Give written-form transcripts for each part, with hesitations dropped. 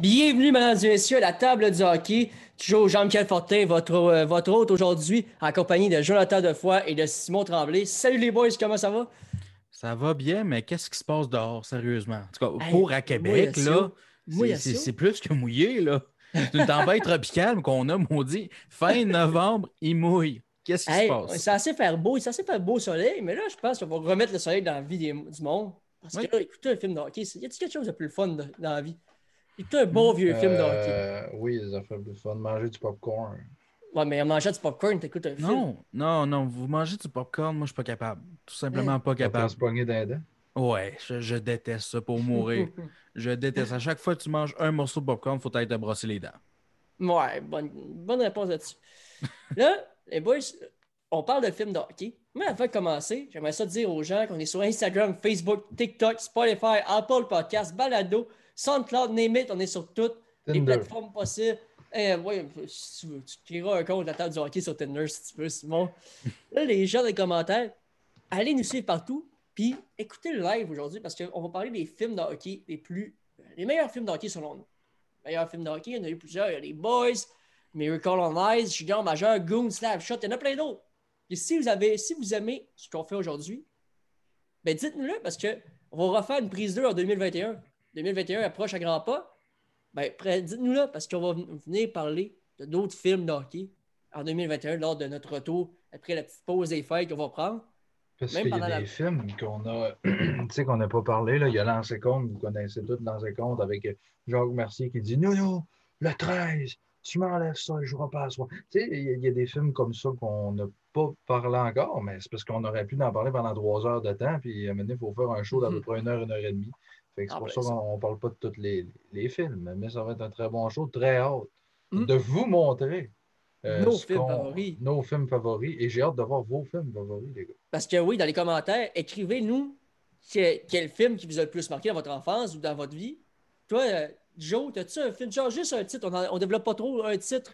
Bienvenue, mesdames et messieurs, à la table du hockey. Toujours Jean-Michel Fortin, votre hôte aujourd'hui, en compagnie de Jonathan Defoy et de Simon Tremblay. Salut les boys, comment ça va? Ça va bien, mais qu'est-ce qui se passe dehors, sérieusement? En tout cas, Hey, pour à Québec, là, mouillatio, c'est mouillatio. plus que mouillé, là. C'est une tempête tropicale qu'on a, maudit. Fin novembre, il mouille. Qu'est-ce qui se Hey, passe? c'est assez faire beau soleil, mais là, je pense qu'on va remettre le soleil dans la vie du monde. Parce que Oui. là, écoutez un film de hockey, y a-t-il quelque chose de plus fun dans la vie? Écoutez un bon vieux film de hockey. Oui, les affaires de fun. Manger du popcorn. Ouais, mais en mangeant du popcorn, t'écoutes un film. Non, non, non, vous mangez du popcorn, moi, je suis pas capable. Tout Hein? simplement pas Ça te capable. se pogner d'un dent. Ouais, je déteste ça pour mourir. Je déteste. À chaque fois que tu manges un morceau de popcorn, faut être te brosser les dents. Ouais, bonne réponse là-dessus. Là, les boys, on parle de films de hockey. Mais avant de commencer, j'aimerais ça dire aux gens qu'on est sur Instagram, Facebook, TikTok, Spotify, Apple Podcasts, Balado, SoundCloud, name it, on est sur toutes les Tinder. plateformes possibles. Ouais, si tu veux, tu créeras un compte de la table du hockey sur Tinder si tu veux, Simon. Là, les gens dans les commentaires, allez nous suivre partout, puis écoutez le live aujourd'hui parce qu'on va parler des films de hockey les meilleurs films de hockey selon nous. Meilleurs films de hockey, il y en a eu plusieurs. Il y a les Boys, Miracle on Ice, Junior Majeur, Goon, Slap Shot, il y en a plein d'autres. Et si vous aimez ce qu'on fait aujourd'hui, ben dites-nous-le parce qu'on va refaire une prise 2 en 2021. 2021 approche à grands pas. Ben, dites-nous-le parce qu'on va venir parler de d'autres films de hockey en 2021 lors de notre retour après la petite pause des fêtes qu'on va prendre. Parce Même qu'il y a pendant des la. films qu'on a, tu sais, qu'on n'a pas parlé. Là. Il y a Lancé compte, vous connaissez tous Lancé compte avec Jacques Mercier qui dit non, non, le 13, tu m'enlèves ça, je ne jouerai pas à soir. Tu sais, il y a des films comme ça qu'on n'a pas parlé encore, mais c'est parce qu'on aurait pu en parler pendant 3 heures de temps. Puis maintenant, il faut faire un show d'à peu près une heure et demie. Fait que c'est En pour plein ça ça. qu'on ne parle pas de tous les films. Mais ça va être un très bon show, très hâte Hmm. de vous montrer Nos films favoris. nos films favoris. Et j'ai hâte de voir vos films favoris, les gars. Parce que oui, dans les commentaires, écrivez-nous quel film qui vous a le plus marqué dans votre enfance ou dans votre vie. Toi, Joe, as-tu un film, genre juste un titre, on développe pas trop un titre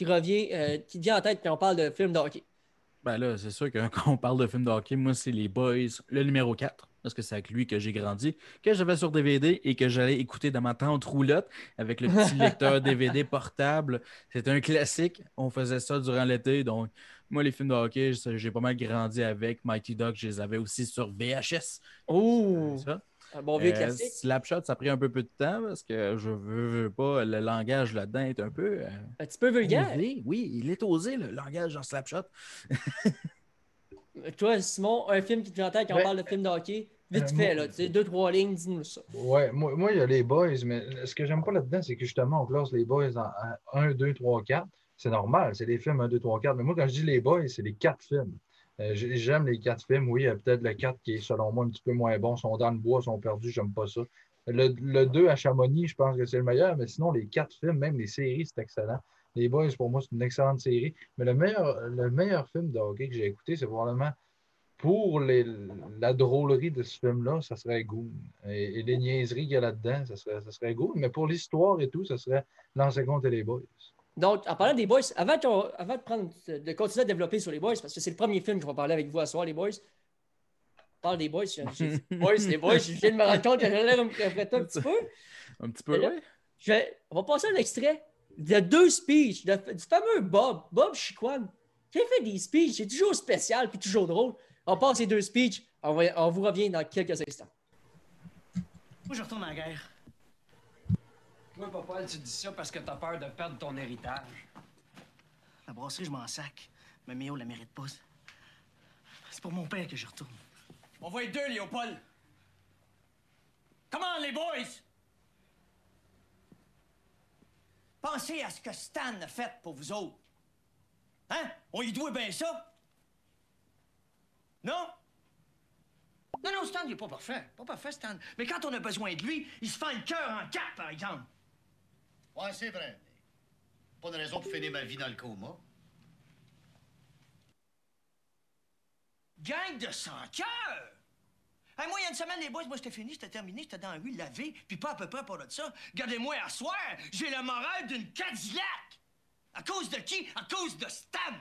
qui te vient en tête quand on parle de film de hockey. Ben là, c'est sûr que quand on parle de films de hockey, moi, c'est les Boys, le numéro 4, parce que c'est avec lui que j'ai grandi, que j'avais sur DVD et que j'allais écouter dans ma tente roulotte avec le petit lecteur DVD portable. C'était un classique. On faisait ça durant l'été. Donc, moi, les films de hockey, j'ai pas mal grandi avec. Mighty Ducks, je les avais aussi sur VHS. Vous savez Oh, ça. un bon vieux classique. Slapshot, ça a pris un peu de temps parce que veux pas, le langage là-dedans est un peu Un petit peu vulgaire. osé. Oui, il est osé, le langage dans Slapshot. Toi, Simon, un film qui te vient en tête quand on Ben, parle de film de hockey, vite fait, moi, là, tu sais, deux, trois lignes, dis-nous ça. ouais, il y a les boys, mais ce que j'aime pas là-dedans, c'est que justement, on classe les boys en 1, 2, 3, 4. C'est normal, c'est les films 1, 2, 3, 4. Mais moi, quand je dis les boys, c'est les 4 films. J'aime les 4 films. Oui, il y a peut-être le 4 qui est, selon moi, un petit peu moins bon. Ils sont dans le bois, ils sont perdus, j'aime pas ça. Le 2 à Chamonix, je pense que c'est le meilleur, mais sinon, les 4 films, même les séries, c'est excellent. Les Boys, pour moi, c'est une excellente série. Mais le meilleur film de hockey que j'ai écouté, c'est probablement pour la drôlerie de ce film-là, ça serait Goon. Et les niaiseries qu'il y a là-dedans, ça serait Goon. Mais pour l'histoire et tout, ça serait L'ancien compte et les boys. Donc, en parlant des boys, de continuer à développer sur les boys, parce que c'est le premier film que je vais parler avec vous à soir, les boys. On parle des boys, j'ai dit les boys, je viens de me rendre compte que j'ai l'air un petit peu. Un petit Mais peu, là, oui. on va passer un extrait de deux speeches du fameux Bob Chiquan, qui a fait des speeches, c'est toujours spécial puis toujours drôle. On passe les deux speeches, on vous revient dans quelques instants. Moi, je retourne en guerre. Toi, papa, tu dis ça parce que t'as peur de perdre ton héritage. La brasserie, je m'en sac. Mais Méo la mérite pas. C'est pour mon père que je retourne. On va être deux, Léopold. Comment, les boys? Pensez à ce que Stan a fait pour vous autres. Hein? On y doit bien ça? Non? Non, non, Stan, il est pas parfait. Pas parfait, Stan. Mais quand on a besoin de lui, il se fait le cœur en quatre, par exemple. Ouais, c'est vrai. Pas de raison pour finir ma vie dans le coma. Gang de sans-cœur! Hey, moi, il y a une semaine, les boys, moi, c'était fini, c'était terminé, j'étais dans la rue, lavé, puis pas à peu près pour de ça. Regardez-moi à soir, j'ai le moral d'une Cadillac! À cause de qui? À cause de Stan!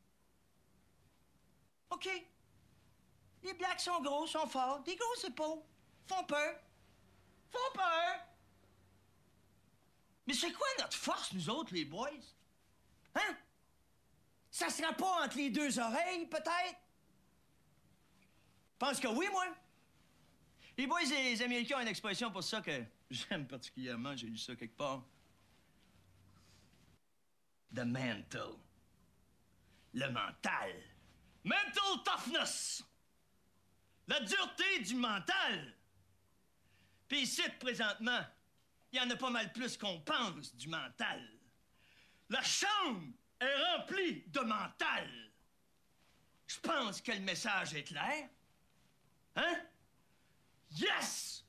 OK. Les blacks sont gros, sont forts, des grosses épaules, font peur. Font peur! Mais c'est quoi notre force, nous autres, les boys? Hein? Ça sera pas entre les deux oreilles, peut-être? Je pense que oui, moi. Les boys et les Américains ont une expression pour ça que j'aime particulièrement, j'ai lu ça quelque part. The mental. Le mental. Mental toughness. La dureté du mental. Puis ici, présentement, il y en a pas mal plus qu'on pense du mental. La chambre est remplie de mental. Je pense que le message est clair. Hein? Yes!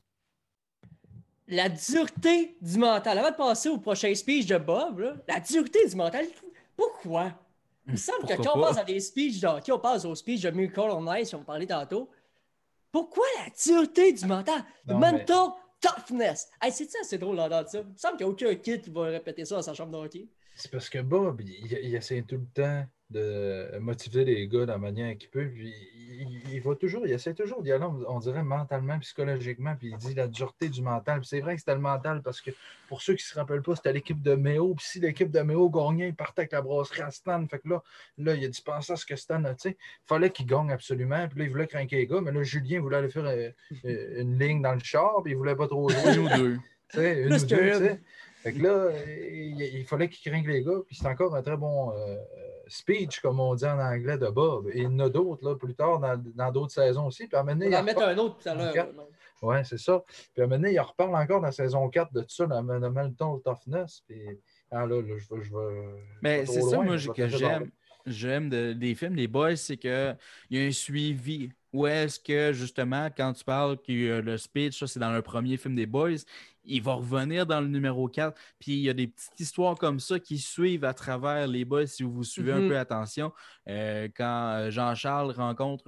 La dureté du mental. Avant de passer au prochain speech de Bob, là, la dureté du mental, pourquoi? Il me semble que Pourquoi quand on pas? passe à des speeches de hockey, on passe au speech de Miracle on Ice, on parlait tantôt. Pourquoi la dureté du mental? The Non, mais- mental toughness. Hey, c'est-tu assez drôle d'entendre ça? Il me semble qu'il n'y a aucun kid qui va répéter ça dans sa chambre de hockey. C'est parce que Bob, il essaie tout le temps de motiver les gars de la manière qu'il peut. Puis il essaie toujours d'y aller, on dirait mentalement, psychologiquement. Puis il dit la dureté du mental. Puis c'est vrai que c'était le mental parce que pour ceux qui ne se rappellent pas, c'était l'équipe de Méo. Puis si l'équipe de Méo gagnait, il partait avec la brasserie à Stan. Fait que là il a dû penser à ce que Stan a, tu sais. Il fallait qu'il gagne absolument. Puis là, il voulait craquer les gars. Mais là, Julien voulait aller faire une ligne dans le char. Puis il ne voulait pas trop jouer. Une ou deux. Tu sais, une Plus ou deux, que tu sais. Fait que là, il fallait qu'il craigne les gars, puis c'est encore un très bon speech, comme on dit en anglais, de Bob. Et il y en a d'autres, là, plus tard, dans d'autres saisons aussi. Puis à un moment donné, On va il en mettre reparle- un autre tout à l'heure. Oui, c'est ça. Puis à un moment donné, il reparle encore dans la saison 4 de tout ça, dans le mental toughness. Puis je vais Mais pas c'est trop ça, loin, moi, je vais que te laisser parler. j'aime des films, des boys, c'est qu'il y a un suivi. Où est-ce que, justement, quand tu parles que le speech, ça, c'est dans le premier film des boys, il va revenir dans le numéro 4, puis il y a des petites histoires comme ça qui suivent à travers les boys, si vous suivez un peu attention. Quand Jean-Charles rencontre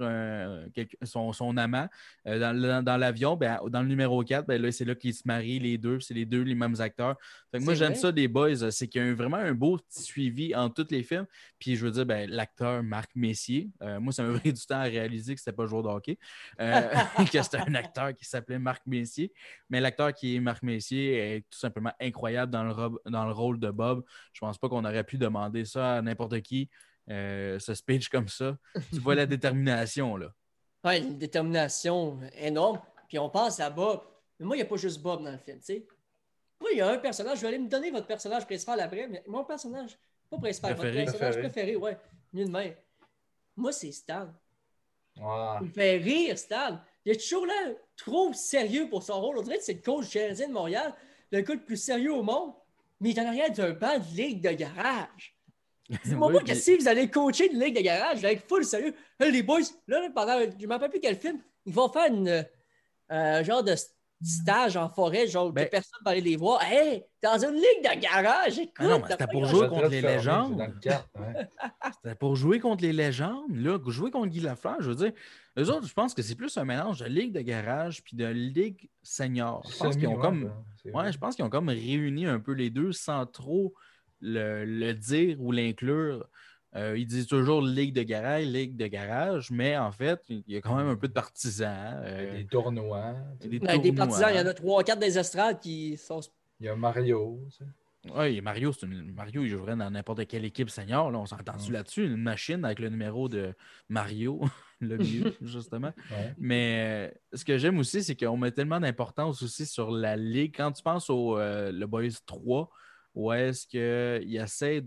son amant dans l'avion, ben, dans le numéro 4, ben, là, c'est là qu'ils se marient les deux, c'est les deux les mêmes acteurs. Fait que moi, C'est j'aime vrai. ça des boys, c'est qu'il y a vraiment un beau petit suivi entre tous les films. Puis je veux dire, ben, l'acteur Marc Messier, moi, ça m'a pris du temps à réaliser que c'était pas un joueur de hockey, que c'était un acteur qui s'appelait Marc Messier. Mais l'acteur qui est Marc Messier est tout simplement incroyable dans le rôle de Bob. Je pense pas qu'on aurait pu demander ça à n'importe qui, ce speech comme ça. Tu vois la détermination, là. Ouais, une détermination énorme. Puis on passe à Bob. Mais moi, il n'y a pas juste Bob dans le film, tu sais. Moi, il y a un personnage, je vais aller me donner votre personnage principal après, mais mon personnage, pas principal, Préféré. votre personnage préféré, ouais, mieux de même. Moi, c'est Stan. Ah. Il me fait rire, Stan. Il est toujours là, trop sérieux pour son rôle. On dirait que c'est le coach Canadien de Montréal, le gars le plus sérieux au monde, mais il est en arrière d'un banc de ligue de garage. Dis-moi Oui, pas que puis- si vous allez coacher une ligue de garage avec full sérieux, hey, les boys, là, pendant, je ne me rappelle plus quel film, ils vont faire une genre de stage en forêt, genre Ben- que personne va aller les voir. Hey, dans une ligue de garage, écoute. Ah non, mais t'as c'était pas pour grand- jouer La contre traite les fermée, légendes. c'est dans le 4, ouais. C'était pour jouer contre les légendes, là, jouer contre Guy Lafleur, je veux dire. Eux autres, je pense que c'est plus un mélange de ligue de garage puis de ligue senior. Je pense qu'ils ont Semi, comme. ouais, c'est Ouais, vrai. je pense qu'ils ont comme réuni un peu les deux sans trop le dire ou l'inclure. Ils disent toujours ligue de garage, mais en fait, il y a quand même un peu de partisans. Il y a des tournois. tu sais. des Ouais, des tournois. partisans, il y en a 3-4 des estrades qui sont. Il y a Mario. Tu sais. Oui, Mario, Mario, il jouerait dans n'importe quelle équipe senior. Là, on s'entend-tu là-dessus? Une machine avec le numéro de Mario, le mieux, justement. Ouais. Mais ce que j'aime aussi, c'est qu'on met tellement d'importance aussi sur la ligue. Quand tu penses au le Boys 3, où est-ce qu'il essaie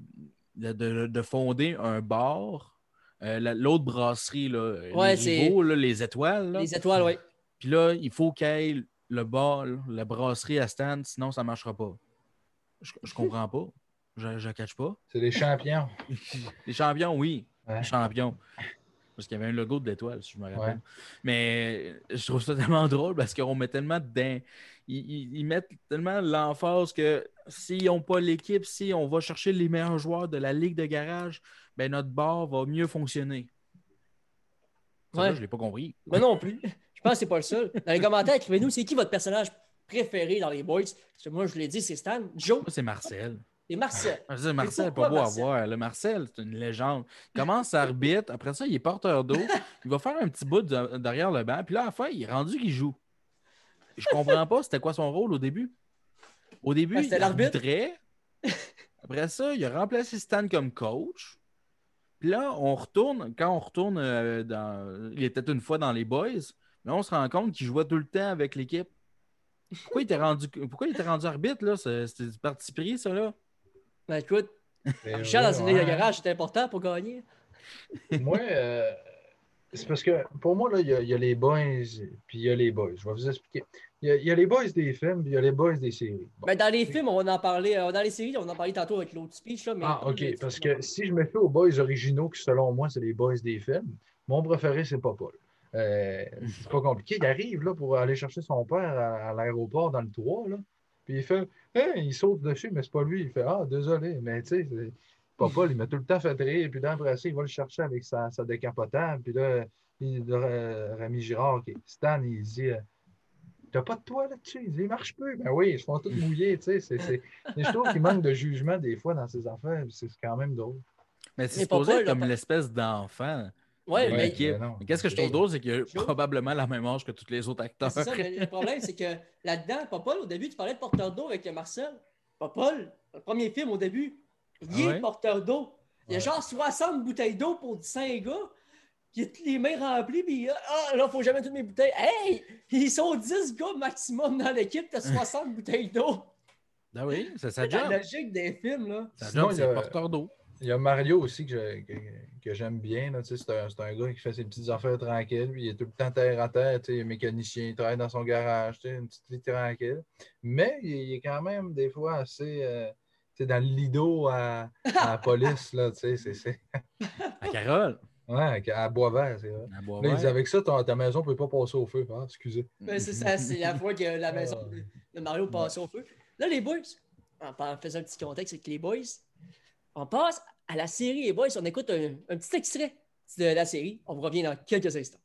de fonder un bar, l'autre brasserie, là, Ouais, les rivaux, là, les étoiles. Là. Les étoiles, oui. Puis là, il faut qu'il y ait le bar, la brasserie à stand, sinon ça ne marchera pas. Je comprends pas. Je ne catch pas. C'est les champions. Les champions, oui. Ouais. Les champions. Parce qu'il y avait un logo de l'étoile, si je me rappelle. Ouais. Mais je trouve ça tellement drôle parce qu'on met tellement ils mettent tellement l'emphase que s'ils n'ont pas l'équipe, si on va chercher les meilleurs joueurs de la ligue de garage, ben notre bar va mieux fonctionner. Ça, Ouais. là, je ne l'ai pas compris. Moi non plus. Je pense que c'est pas le seul. Dans les commentaires, écrivez-nous, c'est qui votre personnage préféré dans les boys? Parce que moi, je l'ai dit, c'est Stan. Joe Moi, c'est Marcel. et Marcel. Je veux dire, Marcel, Mais pourquoi pas beau à Marcel? voir. Le Marcel, c'est une légende. Il commence à arbitre. Après ça, il est porteur d'eau. Il va faire un petit bout derrière le banc. Puis là, à la fin, il est rendu qu'il joue. Je comprends pas c'était quoi son rôle au début. Au début, C'était il l'arbitre. arbitrait. Après ça, il a remplacé Stan comme coach. Puis là, quand on retourne il était une fois dans les Boys, là, on se rend compte qu'il jouait tout le temps avec l'équipe. Pourquoi il était rendu arbitre, là? C'était du parti pris, ça, là? Ben écoute, Mais Richard ouais, dans une ligue de ouais. garage, c'est important pour gagner. Moi, c'est parce que pour moi, là, il y a les boys, puis il y a les boys. Je vais vous expliquer. Il y a les boys des films, puis il y a les boys des séries. Bon. Ben, dans les films, on va en parler. Dans les séries, on en parlait tantôt avec l'autre speech. Là, mais Ah, dans OK. les Parce films, que si je me fie aux boys originaux, qui selon moi, c'est les boys des films, mon préféré, c'est Popol. C'est pas compliqué. Il arrive là, pour aller chercher son père à l'aéroport dans le 3, là, puis il fait Hey, il saute dessus, mais c'est pas lui. Il fait Ah, désolé. Mais tu sais, Popol, il m'a tout le temps fait rire. Puis là, après ça, il va le chercher avec sa décapotable. Puis là, Rémi Girard, Stan, il dit T'as pas de toit là-dessus? Il dit, il marche peu. Ben oui, ils se font tous mouiller, tu sais. Mais je trouve qu'il manque de jugement des fois dans ces affaires. C'est quand même drôle. Mais c'est Mais supposé Popol, être comme là, l'espèce d'enfant Ouais, de mais l'équipe. non. Mais qu'est-ce que je trouve Mais- drôle, c'est qu'il a Joe? probablement la même âge que tous les autres acteurs. c'est ça, mais le problème, c'est que là-dedans, Popol, au début, tu parlais de porteur d'eau avec Marcel. Popol, le premier film, au début, il Ah est ouais? porteur d'eau. Il y a Ouais. genre 60 bouteilles d'eau pour 5 gars. Il a toutes les mains remplies, puis là, faut jamais toutes mes bouteilles. Hey! Ils sont 10 gars maximum dans l'équipe, t'as 60 bouteilles d'eau. Ah oui, c'est sa C'est la job. logique des films, là. Sa Sinon, job, il y c'est a- porteur d'eau. Il y a Mario aussi que j'aime bien. Là, tu sais, c'est un gars qui fait ses petites affaires tranquilles. Puis il est tout le temps terre à terre. Tu sais, mécanicien, il travaille dans son garage. Tu sais, une petite vie tranquille. Mais il est quand même des fois assez tu sais, dans le lido à la police. Là, tu sais, c'est... À Carole. Ouais, à Boisvert, c'est vrai. À Là, il dit Boisvert. avec ça, ta maison ne peut pas passer au feu. Ah, excusez. Mais c'est ça, c'est la fois que la maison Ah, de Mario passe au feu. Là, les boys, en faisant un petit contexte avec les boys, on passe à la série Les Boys. On écoute un petit extrait de la série. On vous revient dans quelques instants.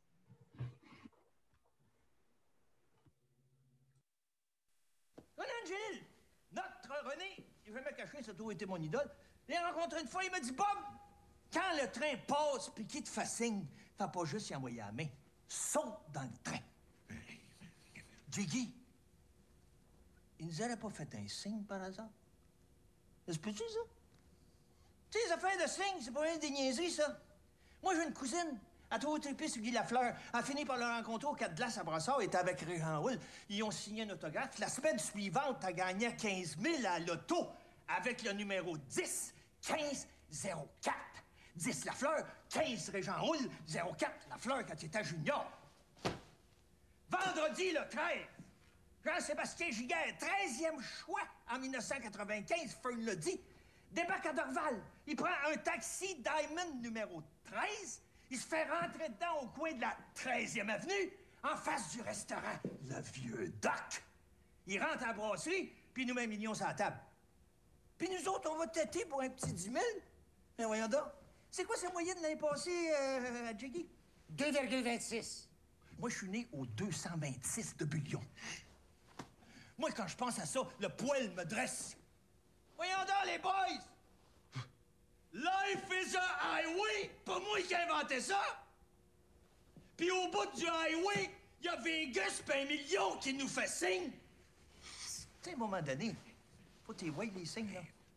René Angélil, notre René, il veut me cacher, ça a toujours été mon idole. Je l'ai rencontré une fois, il m'a dit Bob, quand le train passe puis qu'il te fait signe, fais pas juste y envoyer la main. Saute dans le train. Jiggy, il nous aurait pas fait un signe par hasard? C'est peux-tu, ça? Tu sais, les affaires de signes, c'est pas rien des niaiseries, ça. Moi, j'ai une cousine. Elle a trop trippé sur Guy Lafleur. Elle a fini par le rencontrer au 4 glaces à Brassard. Elle était avec Régent Roule. Ils ont signé un autographe. La semaine suivante, elle gagnait 15 000 à l'auto avec le numéro 10 15 04. 10 Lafleur, 15 Régent Roule, 04 Lafleur quand il était junior. Vendredi, le 13, Jean-Sébastien Giguère, 13e choix en 1995, Fern l'a dit, débarque à Dorval. Il prend un taxi Diamond numéro 13. Il se fait rentrer dedans au coin de la 13e avenue, en face du restaurant Le Vieux Doc. Il rentre à la brasserie, puis il nous met 1 million sur la table. Puis nous autres, on va têter pour un petit 10 000. Mais voyons donc. C'est quoi ces moyennes l'année passée, à Jiggy? 2,26. Moi, je suis né au 226 de Bullion. Moi, quand je pense à ça, le poil me dresse. Voyons donc, les boys! Life is a highway! Pas moi qui ai inventé ça! Puis au bout du highway, il y a Vegas pis 1 million qui nous fait signe. Tu sais, à un moment donné, faut t'y voir les signes, là.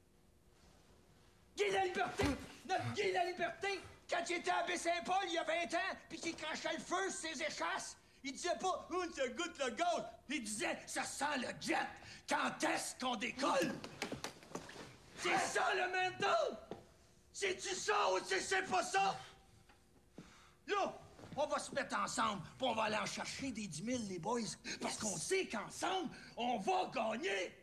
Guy la Liberté! Notre Guy la Liberté! Quand il était à Baie-Saint-Paul, il y a 20 ans, puis qu'il crachait le feu sur ses échasses, il disait pas « Oh, ça goûte le gaz », il disait « Ça sent le jet! Quand est-ce qu'on décolle? » C'est ça, le mental! C'est-tu ça ou c'est pas ça? Là, on va se mettre ensemble, puis on va aller en chercher des 10 000, les boys, parce qu'on sait qu'ensemble, on va gagner!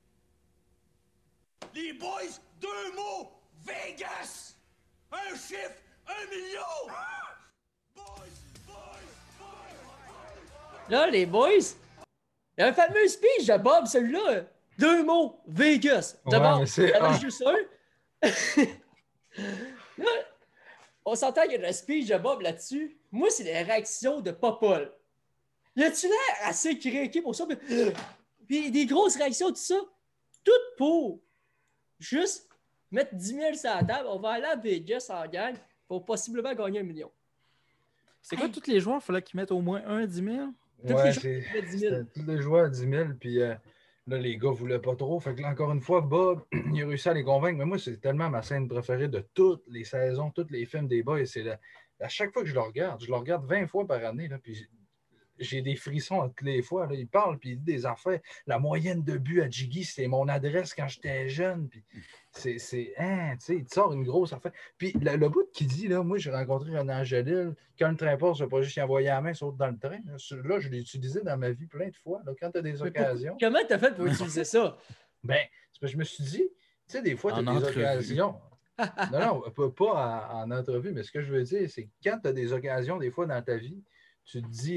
Les boys, 2 mots, Vegas! Un chiffre, 1 million! Boys, boys, boys! Là, les boys, il y a un fameux speech de Bob, celui-là. 2 mots, Vegas. Ouais, D'abord, mais c'est- il y en a ah. juste un. Là, on s'entend qu'il y a le speech de Bob là-dessus. Moi, c'est les réactions de Popol. Y a-tu l'air assez craqué pour ça? Puis des grosses réactions, tout ça. Tout pour juste mettre 10 000 sur la table. On va aller à Vegas en gang pour possiblement gagner 1 million. C'est quoi, tous les joueurs, il fallait qu'ils mettent au moins un 10 000? Tous Ouais, les c'est joueurs mettent 10 000. tous les joueurs à 10 000. Puis Là, les gars ne voulaient pas trop. Fait que là, encore une fois, Bob, il a réussi à les convaincre. Mais moi, c'est tellement ma scène préférée de toutes les saisons, tous les films des Boys. À chaque fois que je le regarde 20 fois par année. Là, puis j'ai des frissons à toutes les fois. Là. Il parle, puis il dit des affaires. La moyenne de but à Jiggy, c'était mon adresse quand j'étais jeune. Puis hein, tu sais, il te sort une grosse affaire. Puis le bout qui dit, là, moi, j'ai rencontré René Angélil. Quand le train passe, je ne vais pas juste y envoyer la main, saute dans le train. Là, je l'ai utilisé dans ma vie plein de fois. Là, quand tu as des occasions. Comment tu as fait pour utiliser ça? Ben, c'est parce que je me suis dit, tu sais, des fois, tu as En des entrevue. occasions. Non, pas en entrevue, mais ce que je veux dire, c'est que quand tu as des occasions, des fois, dans ta vie, tu te dis,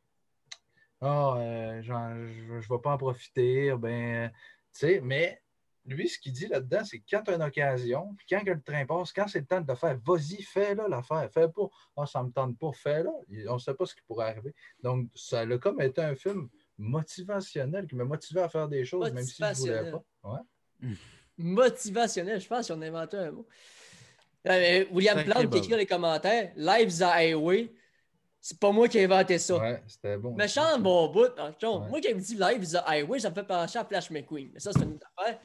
je ne vais pas en profiter, ben, tu sais, mais lui, ce qu'il dit là-dedans, c'est que quand tu as une occasion, puis quand que le train passe, quand c'est le temps de le faire, vas-y, fais-le l'affaire, fais pas, ça ne me tente pas, fais-le, on ne sait pas ce qui pourrait arriver. Donc, ça a comme été un film motivationnel qui m'a motivé à faire des choses, même si je ne voulais pas. Ouais. Motivationnel, je pense qu'on a inventé un mot. William Sacré Plante qui Bob. écrit dans les commentaires Lives the Highway. C'est pas moi qui ai inventé ça. Ouais, c'était bon. Méchant bon bout. Ouais. Moi qui me dit Lives the Highway, ça me fait penser à Flash McQueen. Mais ça, c'est une autre affaire.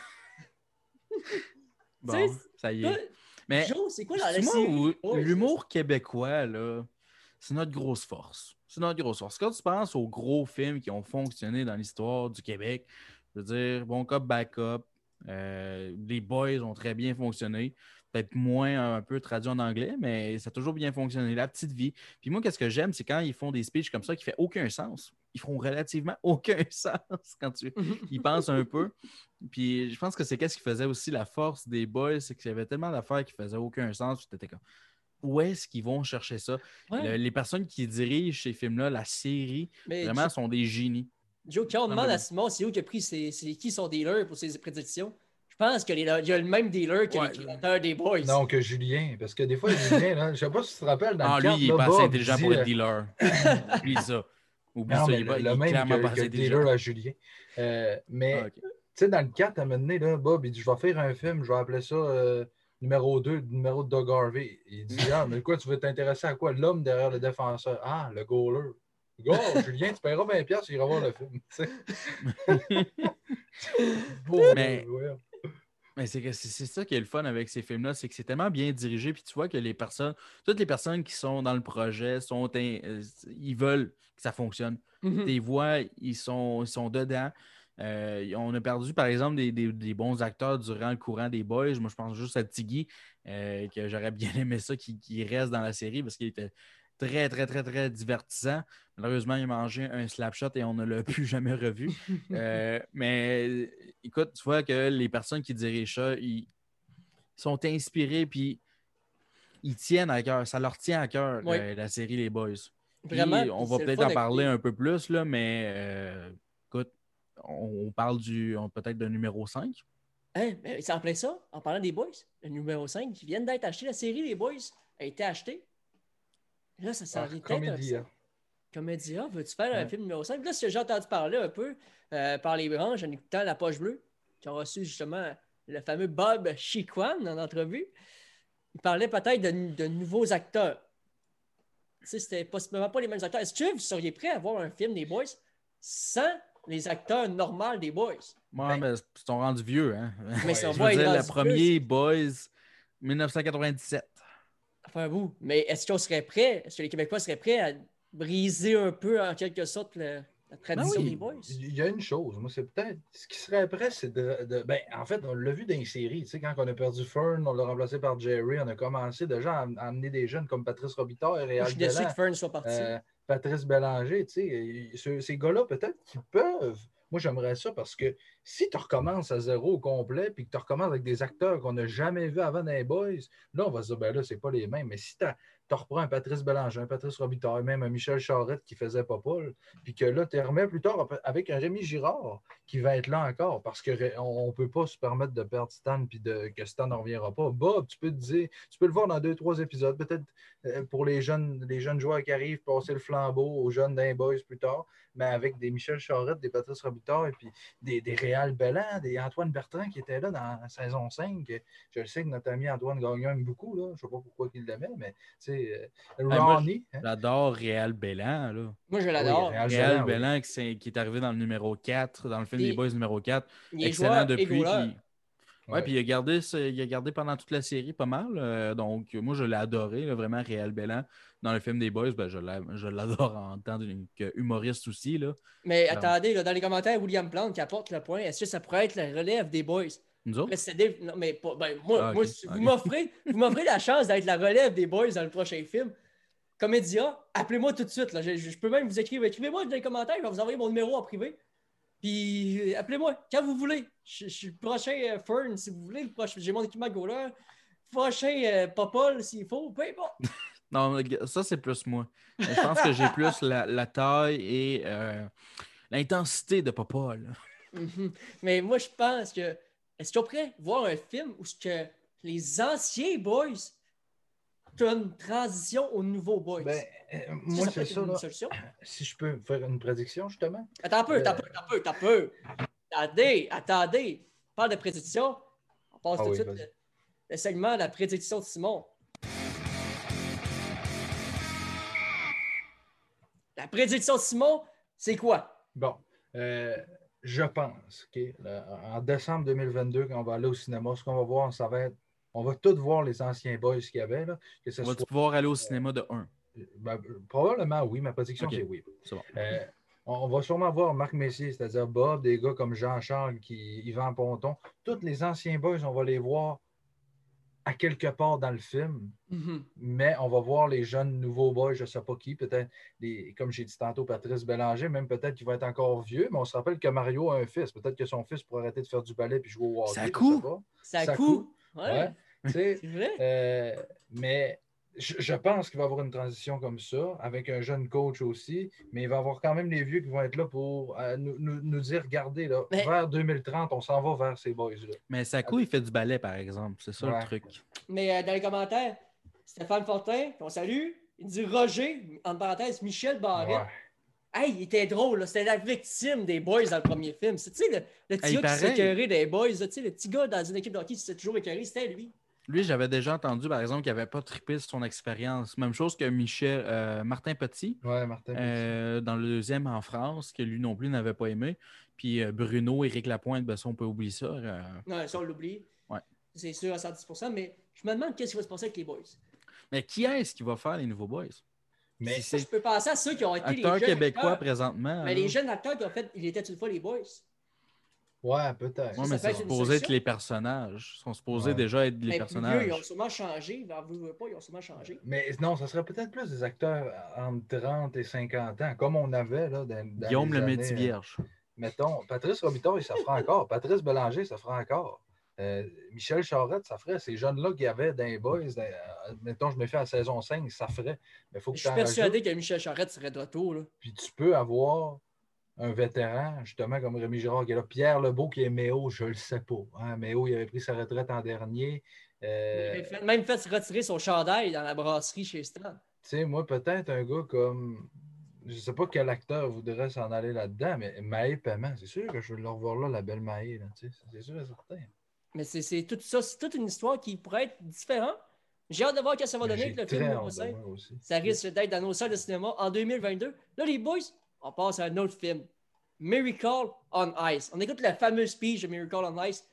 Bon, Tu sais, ça y toi, est. Mais Joe, c'est quoi dans la c'est moi série? où Ouais, l'humour québécois, là, c'est notre grosse force. C'est notre grosse force. Quand tu penses aux gros films qui ont fonctionné dans l'histoire du Québec, je veux dire, Bon Cop, Bad Cop, les Boys ont très bien fonctionné. Peut-être moins un peu traduit en anglais, mais ça a toujours bien fonctionné. La Petite Vie. Puis moi, qu'est-ce que j'aime, c'est quand ils font des speeches comme ça qui ne font aucun sens. Ils font relativement aucun sens quand tu y penses un peu. Puis je pense que c'est qu'est-ce qui faisait aussi la force des Boys, c'est qu'il y avait tellement d'affaires qui faisaient aucun sens. Puis t'étais comme, où est-ce qu'ils vont chercher ça? Ouais. Les personnes qui dirigent ces films-là, la série, Mais vraiment sont des génies. Joe, quand on demande à Simon c'est où qui a pris c'est qui son dealer pour ses prédictions, je pense qu'il y a le même dealer que Ouais. les créateurs des Boys. Non, que Julien. Parce que des fois, Julien, là, je ne sais pas si tu te rappelles, dans Ah, le lui, cadre, il est là, pas assez Bob intelligent dit, pour être dealer. Oublie ça. Oublie non, ça, mais il le est même clairement pas que assez le intelligent. dealer à Julien. Mais, Ah, ok. tu sais, dans le 4, à un moment donné, là, Bob, il dit, je vais faire un film, je vais appeler ça numéro 2, numéro de Doug Harvey. Il dit, ah, mais quoi, tu veux t'intéresser à quoi? L'homme derrière le défenseur. Ah, le goaler. Go, Julien, tu paieras 20$, il ira voir le film. Mais- Mais c'est ça qui est le fun avec ces films-là, c'est que c'est tellement bien dirigé, puis tu vois que toutes les personnes qui sont dans le projet, ils veulent que ça fonctionne. Mhm. Tes voix, ils sont dedans. On a perdu, par exemple, des bons acteurs durant le courant des Boys. Moi, je pense juste à Tiggy, que j'aurais bien aimé ça qu'il reste dans la série parce qu'il était très, très, très, très divertissant. Malheureusement, il a mangé un slap shot et on ne l'a plus jamais revu. Mais écoute, tu vois que les personnes qui dirigent ça, ils sont inspirés puis ils tiennent à cœur. Ça leur tient à cœur, Oui. la série Les Boys. Vraiment. Puis, on puis va c'est le peut-être fun en d'écouter. parler un peu plus, là, mais écoute, on parle peut-être de numéro 5. Hein? Mais c'est en plein ça, en parlant des Boys. Le numéro 5 qui vient d'être acheté, la série des Boys a été achetée. Et là, ça s'en vient peut-être un Comédia. Comédia, veux-tu faire un Ouais. film numéro 5? Là, ce que j'ai entendu parler un peu par les branches en écoutant La Poche Bleue, qui ont reçu justement le fameux Bob Chiquan en entrevue. Il parlait peut-être de nouveaux acteurs. Tu sais, c'était possiblement pas les mêmes acteurs. Est-ce que vous seriez prêt à voir un film des Boys sans les acteurs normaux des Boys? Moi, mais ils sont rendus vieux, hein? Mais si on Je voit veux dire, les le premier Boys, 1997. Enfin, vous. Mais est-ce qu'on serait prêt? Est-ce que les Québécois seraient prêts à briser un peu, en quelque sorte, la tradition oui. des Boys? Il y a une chose, moi, c'est peut-être. Ce qui serait après, c'est ben, en fait, on l'a vu dans les séries. Tu sais, quand on a perdu Fern, on l'a remplacé par Jerry, on a commencé déjà à amener des jeunes comme Patrice Robitaille et Moi, Réal je suis déçu Belland, que Fern soit parti. Patrice Bélanger. Tu sais, ces gars-là, peut-être qu'ils peuvent. Moi, j'aimerais ça parce que si tu recommences à zéro au complet puis que tu recommences avec des acteurs qu'on n'a jamais vus avant dans les Boys, là, on va se dire, ben là, c'est pas les mêmes. Mais si tu reprends un Patrice Bélanger, un Patrice Robitaille, même un Michel Charette qui faisait pas Paul, puis que là, tu remets plus tard avec un Rémi Girard qui va être là encore parce qu'on ne peut pas se permettre de perdre Stan puis que Stan ne reviendra pas. Bob, tu peux te dire, tu peux le voir dans 2-3 épisodes, peut-être pour les jeunes joueurs qui arrivent, passer le flambeau aux jeunes d'un Boys plus tard, mais avec des Michel Charette, des Patrice Robitaille, puis des Réal Belland, des Antoine Bertrand qui étaient là dans la saison 5. Je sais que notre ami Antoine Gagnon aime beaucoup, là. Je ne sais pas pourquoi il l'aimait, mais sais, moi, Ronnie. Hein? j'adore Réal Bellan, là. Moi, je Oui, l'adore. Réal Réal Bellan, oui. Bellan qui est arrivé dans le numéro 4, dans le film des Puis, Boys numéro 4. il est Excellent joueur et depuis. goaler. Puis, ouais, Ouais. puis il a gardé pendant toute la série pas mal. Donc, moi, je l'ai adoré, là, vraiment, Réal Bellan. Dans le film des Boys, ben, je l'adore en tant qu'humoriste aussi. Là. Mais Euh, attendez, là, dans les commentaires, William Plante qui apporte le point. Est-ce que ça pourrait être la relève des boys? Nous autres? Précédé... Non, mais pas... ben, moi, Ah, moi ok, si ok. vous m'offrez la chance d'être la relève des boys dans le prochain film. Comédia, appelez-moi tout de suite. Là. Je peux même vous écrire. Écrivez-moi dans les commentaires, je vais vous envoyer mon numéro en privé. Puis appelez-moi quand vous voulez. Je suis le prochain Fern, si vous voulez. J'ai mon équipement goaler. Prochain Popol, s'il faut. Peu importe. Non, ça, c'est plus moi. Je pense que j'ai plus la taille et l'intensité de Papa. Là. Mais moi, je pense que. Est-ce qu'on pourrait voir un film où ce que les anciens boys ont une transition aux nouveaux boys? Ben, Ça, moi, ça peut c'est être ça. une Là. solution. Si je peux faire une prédiction, justement. Attends un peu. Attendez. On parle de prédiction. On passe Ah tout de oui, suite vas-y. le segment de la prédiction de Simon. La prédiction de Simon, c'est quoi? Bon, je pense, OK, en décembre 2022, quand on va aller au cinéma, ce qu'on va voir, ça va être, on va tous voir les anciens boys qu'il y avait, là, que ce On va-tu soit, pouvoir aller au cinéma de 1? ben, probablement oui, ma prédiction, Ok. c'est oui. C'est bon. On va sûrement voir Marc Messier, c'est-à-dire Bob, des gars comme Jean-Charles, Yvan Ponton, tous les anciens boys, on va les voir à quelque part dans le film. Mais on va voir les jeunes nouveaux boys, je ne sais pas qui, peut-être, comme j'ai dit tantôt, Patrice Bélanger, même peut-être qu'il va être encore vieux, mais on se rappelle que Mario a un fils. Peut-être que son fils pourrait arrêter de faire du ballet puis jouer au hockey. Sakou! Sakou! Ouais. C'est vrai. Mais je pense qu'il va y avoir une transition comme ça, avec un jeune coach aussi, mais il va y avoir quand même les vieux qui vont être là pour nous dire, regardez, là, vers 2030, on s'en va vers ces boys-là. Mais Sakou, il fait du ballet, par exemple. C'est ça le truc. Mais dans les commentaires, Stéphane Fortin, qu'on salue, il dit Roger, en parenthèse, Michel Barrette. Ouais. Hey, il était drôle, là. C'était la victime des boys dans le premier film. Tu sais, le petit Hey, gars qui s'est pareil. écœuré des boys, là, tu sais, le petit gars dans une équipe de hockey qui s'est toujours écœuré, c'était lui. Lui, j'avais déjà entendu, par exemple, qu'il n'avait pas trippé sur son expérience. Même chose que Martin Petit, Ouais, Martin Petit. dans le deuxième en France, que lui non plus n'avait pas aimé. Puis Bruno, Éric Lapointe, ben ça, on peut oublier ça. Ouais, ça, on l'oublie. Ouais. C'est sûr à 110%, mais je me demande qu'est-ce qui va se passer avec les boys. Mais qui est-ce qui va faire les nouveaux boys? Mais Si je peux penser à ceux qui ont été acteurs les jeunes québécois acteurs. présentement. Mais là. les jeunes acteurs qui ont fait Il était une fois les boys. Ouais, peut-être. Ouais, Ça mais peut c'est être une supposé être solution. les personnages. Ils sont supposés Ouais. déjà être les Mais personnages. plus vieux, ils ont sûrement changé. Ils ont sûrement changé. Mais non, ça serait peut-être plus des acteurs entre 30 et 50 ans, comme on avait là, dans Guillaume les le années, Métis-Vierge. Mettons, Patrice Robitaille, ça fera encore. Patrice Bélanger, ça fera encore. Michel Charette, ça ferait. Ces jeunes-là qu'il y avait dans les boys, mettons, je me fais à la saison 5, ça ferait. Mais faut que Je suis persuadé que Michel Charette serait de retour. Là. Puis tu peux avoir un vétéran, justement, comme Rémi Girard qui est là. Pierre Lebeau qui est Méo, je le sais pas. Hein, Méo, il avait pris sa retraite en dernier. Il avait même fait retirer son chandail dans la brasserie chez Stan. Tu sais, moi, peut-être un gars comme. Je sais pas quel acteur voudrait s'en aller là-dedans, mais Maë Paiement, c'est sûr que je veux le revoir là, la belle Maë. C'est sûr et certain. Mais c'est tout ça, c'est toute une histoire qui pourrait être différente. J'ai hâte de voir ce que ça va donner avec le film numéro 5. Ça risque d'être dans nos salles de cinéma en 2022. Là, les boys, on passe à un autre film. Miracle on Ice. On écoute la fameuse speech de Miracle on Ice.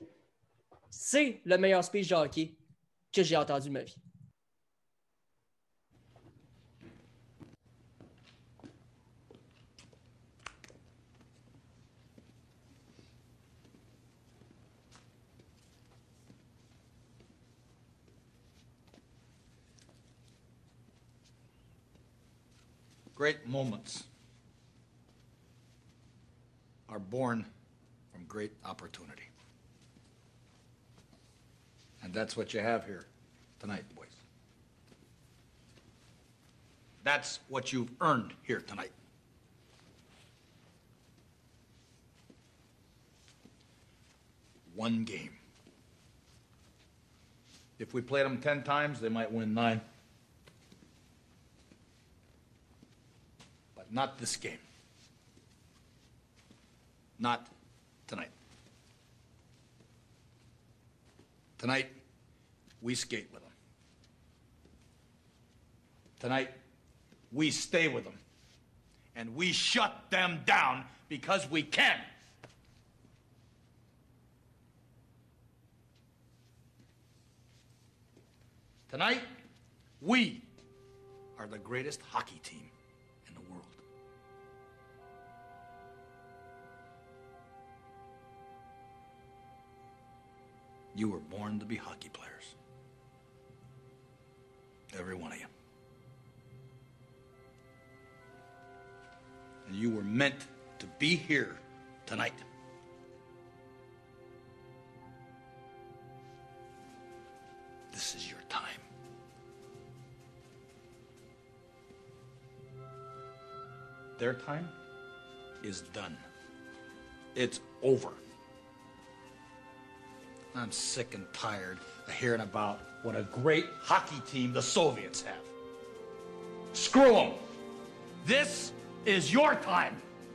C'est le meilleur speech de hockey que j'ai entendu de ma vie. Great moments are born from great opportunity. And that's what you have here tonight, boys. That's what you've earned here tonight. One game. If we played them 10 times, they might win 9. But not this game. Not tonight. Tonight, we skate with them. Tonight, we stay with them. And we shut them down because we can. Tonight, we are the greatest hockey team in the world. You were born to be hockey players. Every one of you. And you were meant to be here tonight. This is your time. Their time is done. It's over. I'm sick and tired of hearing about what a great hockey team the Soviets have. Screw them. This is your time.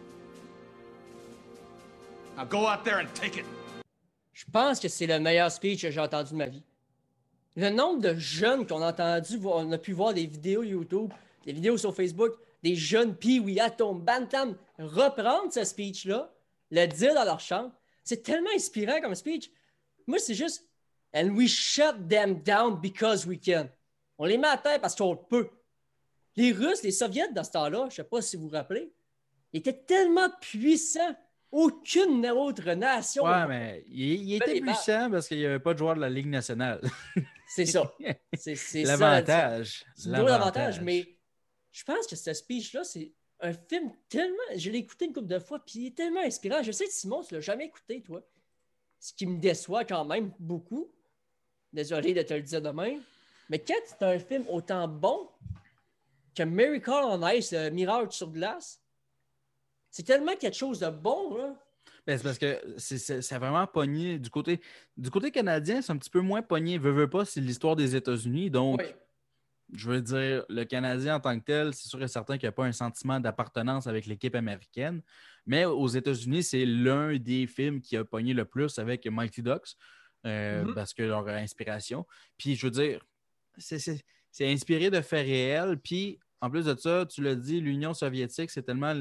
Now go out there and take it. Je pense que c'est le meilleur speech que j'ai entendu de ma vie. Le nombre de jeunes qu'on a entendu, on a pu voir des vidéos YouTube, des vidéos sur Facebook, des jeunes Pee-wee, Atom, Bantam reprendre ce speech-là, le dire dans leur chambre. C'est tellement inspirant comme speech. Moi, c'est juste « And we shut them down because we can ». On les met à terre parce qu'on peut. Les Russes, les Soviets, dans ce temps-là, je ne sais pas si vous vous rappelez, ils étaient tellement puissants. Aucune autre nation. Ouais, mais il était puissant parce qu'il n'y avait pas de joueurs de la Ligue nationale. C'est ça. C'est l'avantage. C'est un gros avantage, mais je pense que ce speech-là, c'est un film tellement... Je l'ai écouté une couple de fois, puis il est tellement inspirant. Je sais que Simon, tu ne l'as jamais écouté, toi. Ce qui me déçoit quand même beaucoup. Désolé de te le dire de même. Mais quand c'est un film autant bon que Miracle on Ice, Miracle sur glace, c'est tellement quelque chose de bon, là. Ben, c'est parce que c'est vraiment pogné. Du côté canadien, c'est un petit peu moins pogné. Veux pas, c'est l'histoire des États-Unis. Donc, Oui. Je veux dire, le Canadien en tant que tel, c'est sûr et certain qu'il n'y a pas un sentiment d'appartenance avec l'équipe américaine. Mais aux États-Unis, c'est l'un des films qui a pogné le plus avec Mighty Ducks parce que leur inspiration. Puis, je veux dire, c'est inspiré de faits réels. Puis, en plus de ça, tu l'as dit, l'Union soviétique, c'est tellement...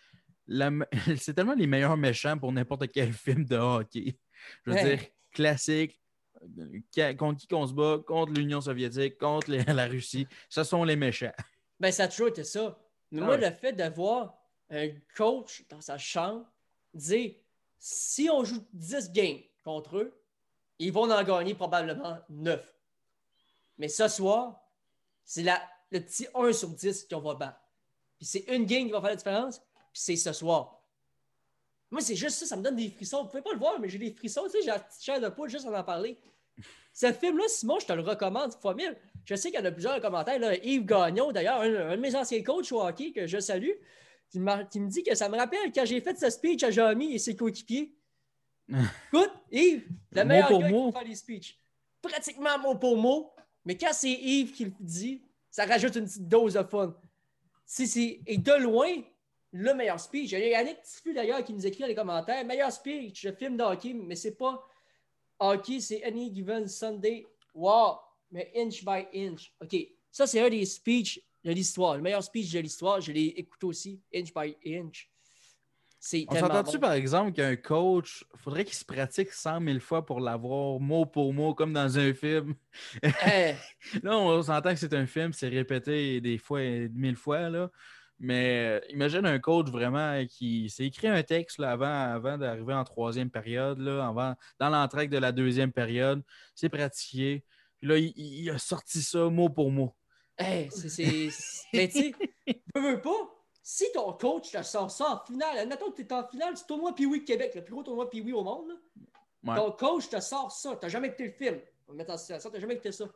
c'est tellement les meilleurs méchants pour n'importe quel film de hockey. Je veux dire, classique, contre qui qu'on se bat, contre l'Union soviétique, contre la Russie, ce sont les méchants. Ben, ça a toujours été ça. Mais moi, le fait de voir un coach dans sa chambre dire si on joue 10 games contre eux, ils vont en gagner probablement 9. Mais ce soir, c'est le petit 1 sur 10 qu'on va battre. Puis c'est une game qui va faire la différence. Puis c'est ce soir. Moi, c'est juste ça me donne des frissons. Vous ne pouvez pas le voir, mais j'ai des frissons. Tu sais, j'ai la petite chair de poule juste en parler. Ce film-là, Simon, je te le recommande fois mille. Je sais qu'il y en a plusieurs commentaires. Là. Yves Gagnon, d'ailleurs, un de mes anciens coachs au hockey que je salue, qui me dit que ça me rappelle quand j'ai fait ce speech à Jamy et ses coéquipiers. Écoute, Yves, le meilleur gars qui peut faire les speeches. Pratiquement mot pour mot. Mais quand c'est Yves qui le dit, ça rajoute une petite dose de fun. Et de loin, le meilleur speech. Il y a Yannick Tifu d'ailleurs qui nous écrit dans les commentaires. Meilleur speech, le film de hockey, mais c'est pas hockey, c'est Any Given Sunday. Wow! Mais inch by inch. OK. Ça, c'est un des speeches de l'histoire. Le meilleur speech de l'histoire, je l'ai écouté aussi, inch by inch. On s'entend-tu, par exemple, qu'un coach, il faudrait qu'il se pratique 100 000 fois pour l'avoir mot pour mot, comme dans un film? Là, on s'entend que c'est un film, c'est répété des fois, 1000 fois, là. Mais imagine un coach vraiment qui s'est écrit un texte là, avant d'arriver en troisième période, là, dans l'entracte de la deuxième période, c'est pratiqué. Puis là, il a sorti ça mot pour mot. Mais tu sais, veux pas. Si ton coach te sort ça en finale, admettons que tu es en finale, c'est le tournoi Pee-Wee de Québec, le plus gros tournoi Pee-Wee au monde. Ouais. Ton coach te sort ça. Tu n'as jamais écouté le film. On va mettre en situation, tu n'as jamais écouté ça.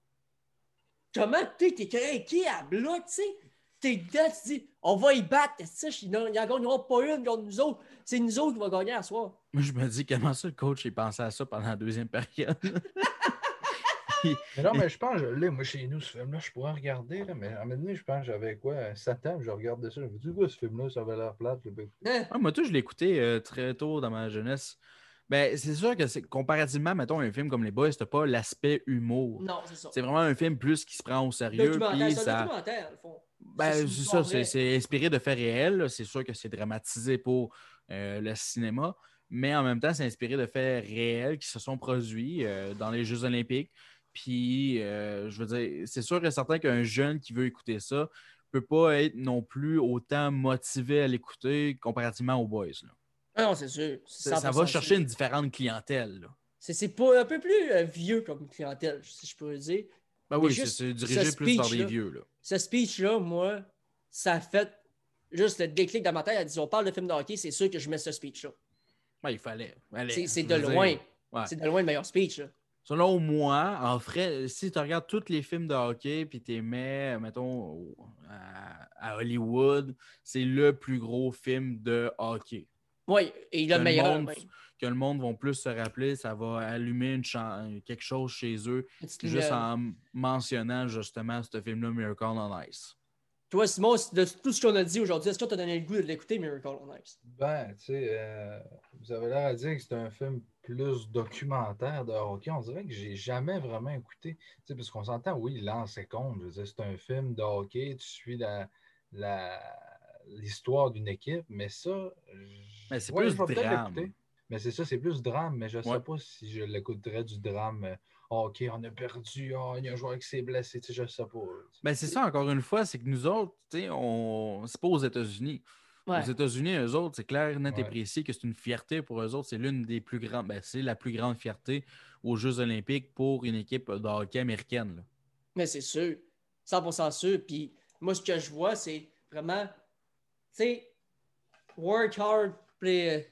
Comment tu es craqué à bloc, tu sais? T'es dedans, tu dis, on va y battre. Ils n'en gagneront pas une contre nous autres. C'est nous autres qui vont gagner à soir. Moi, je me dis, comment ça, le coach, il pensait à ça pendant la deuxième période? Mais non, mais je pense, là, moi, chez nous, ce film-là, je pourrais regarder, là, mais à un moment donné, je pense que j'avais 7 ans, je regardais ça. Je me dis, quoi, ce film-là, ça avait l'air plate. Moi, tout, je l'ai écouté très tôt dans ma jeunesse. Ben, c'est sûr que comparativement, mettons, un film comme Les Boys, t'as pas l'aspect humour. Non, c'est ça. C'est vraiment un film plus qui se prend au sérieux. Documentaire, Puis c'est un ça... documentaire, au fond. Ben, une c'est histoire ça, vraie. c'est inspiré de faits réels. Là. C'est sûr que c'est dramatisé pour le cinéma, mais en même temps, c'est inspiré de faits réels qui se sont produits dans les Jeux olympiques. Puis, je veux dire, c'est sûr et certain qu'un jeune qui veut écouter ça ne peut pas être non plus autant motivé à l'écouter comparativement aux Boys. Là. Ah non, c'est sûr. C'est Ça va 100% chercher sûr. une différente clientèle. Là. C'est pas un peu plus vieux comme clientèle, si je peux dire. Ben Mais oui, juste c'est dirigé plus vers des speech-là, vieux. Là. Ce speech-là, moi, ça a fait juste le déclic dans ma tête. Elle dit, on parle de film de hockey, c'est sûr que je mets ce speech-là. Ben, il fallait. C'est de loin. Ouais. C'est de loin le meilleur speech. Là. Selon moi, en vrai, si tu regardes tous les films de hockey puis tu les mets, mettons, à Hollywood, c'est le plus gros film de hockey. Oui, et le meilleur. Que le monde va plus se rappeler, ça va allumer quelque chose chez eux, juste en mentionnant justement ce film-là, Miracle on Ice. Toi, Simon, de tout ce qu'on a dit aujourd'hui, est-ce que tu as donné le goût de l'écouter, Miracle on Ice? Ben, tu sais, vous avez l'air à dire que c'est un film plus documentaire de hockey. On dirait que j'ai jamais vraiment écouté. Tu sais, parce qu'on s'entend, oui, lance et compte. Je veux dire, c'est un film de hockey, tu suis l'histoire d'une équipe, mais ça, mais c'est ouais, plus je vais peut-être drame. l'écouter. Mais c'est ça, c'est plus drame, mais je ne sais Ouais. pas si je l'écouterais du drame. OK, on a perdu, il y a un joueur qui s'est blessé, tu sais, je ne sais pas. Ben, c'est ça, encore une fois, c'est que nous autres, tu sais, c'est pas aux États-Unis. Ouais. Aux États-Unis, eux autres, c'est clair, net et Ouais. précis que c'est une fierté pour eux autres. C'est l'une des plus grandes, ben, c'est la plus grande fierté aux Jeux olympiques pour une équipe de hockey américaine. Là. Mais c'est sûr, 100% sûr. Puis moi, ce que je vois, c'est vraiment, tu sais, work hard, play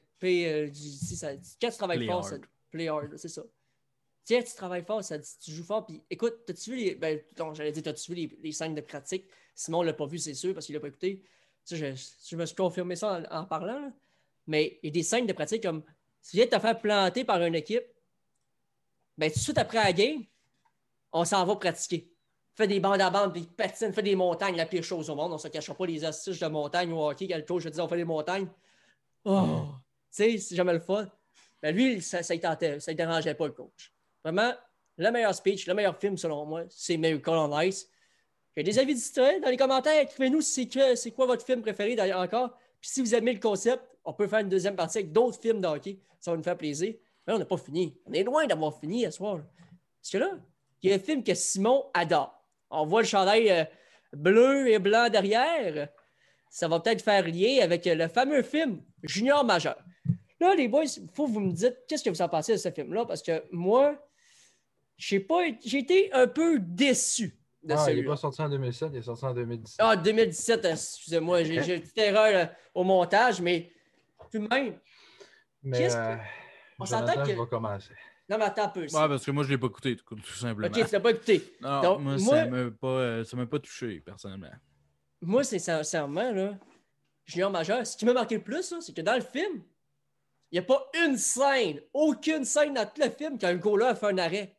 quand tu travailles Play fort, hard. play hard, c'est ça. Tiens, tu travailles fort, ça dit, tu joues fort. Puis écoute, t'as-tu vu t'as-tu vu les scènes de pratique? Simon l'a pas vu, c'est sûr, parce qu'il l'a pas écouté. Ça, je me suis confirmé ça en parlant. Là. Mais il y a des scènes de pratique comme si tu viens de te faire planter par une équipe, ben tout de suite après la game, on s'en va pratiquer. Fait des bandes à bandes, puis patine, fait des montagnes, la pire chose au monde. On ne se cachera pas les astuces de montagne au hockey. Quand le coach dit on fait des montagnes. Oh! Tu sais, c'est jamais le fun. Mais lui, ça ne dérangeait pas le coach. Vraiment, le meilleur speech, le meilleur film selon moi, c'est Miracle on Ice. Il y a des avis distraits dans les commentaires. Écrivez-nous c'est quoi votre film préféré d'ailleurs encore. Puis si vous aimez le concept, on peut faire une deuxième partie avec d'autres films de hockey. Ça va nous faire plaisir. Mais on n'a pas fini. On est loin d'avoir fini ce soir. Parce que là, il y a un film que Simon adore. On voit le chandail bleu et blanc derrière. Ça va peut-être faire lien avec le fameux film Junior Majeur. Là, les boys, il faut que vous me dites qu'est-ce que vous en pensez de ce film-là, parce que moi, j'ai été un peu déçu de celui-là. Il n'est pas sorti en 2007, il est sorti en 2017. Ah, 2017, excusez-moi, j'ai une petite erreur au montage, mais tout de même. Mais on s'entend que... je vais commencer. Non, mais attends un peu. Ouais, parce que moi, je ne l'ai pas écouté, tout simplement. OK, tu ne l'as pas écouté. Non, donc, moi, ça ne m'a pas touché, personnellement. Moi, c'est sincèrement, là, Junior Majeur, ce qui m'a marqué le plus, là, c'est que dans le film, il n'y a pas une scène, aucune scène dans tout le film qu'un goaler a fait un arrêt.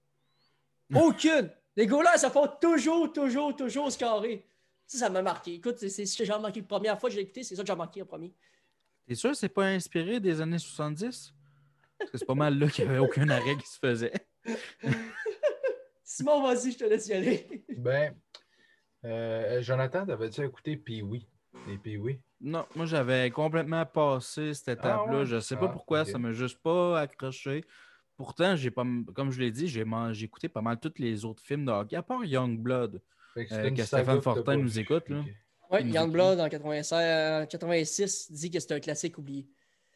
Aucune! Les goalers, ça font toujours scorer. Ça m'a marqué. Écoute, c'est ce que j'ai remarqué la première fois que j'ai écouté, c'est ça que j'ai remarqué en premier. T'es sûr que c'est pas inspiré des années 70? Parce que c'est pas mal là qu'il n'y avait aucun arrêt qui se faisait. Simon, vas-y, je te laisse y aller. Ben, Jonathan, t'avais-tu écouté Pee-Wee? Les Pee-Wee? Non, moi j'avais complètement passé cette étape-là. Ouais? Je sais pas pourquoi, okay. ça m'a juste pas accroché. Pourtant, comme je l'ai dit, j'ai écouté pas mal tous les autres films de hockey, à part Youngblood, que Stéphane Fortin nous écoute. Là. Oui, Youngblood en 86 dit que c'est un classique oublié.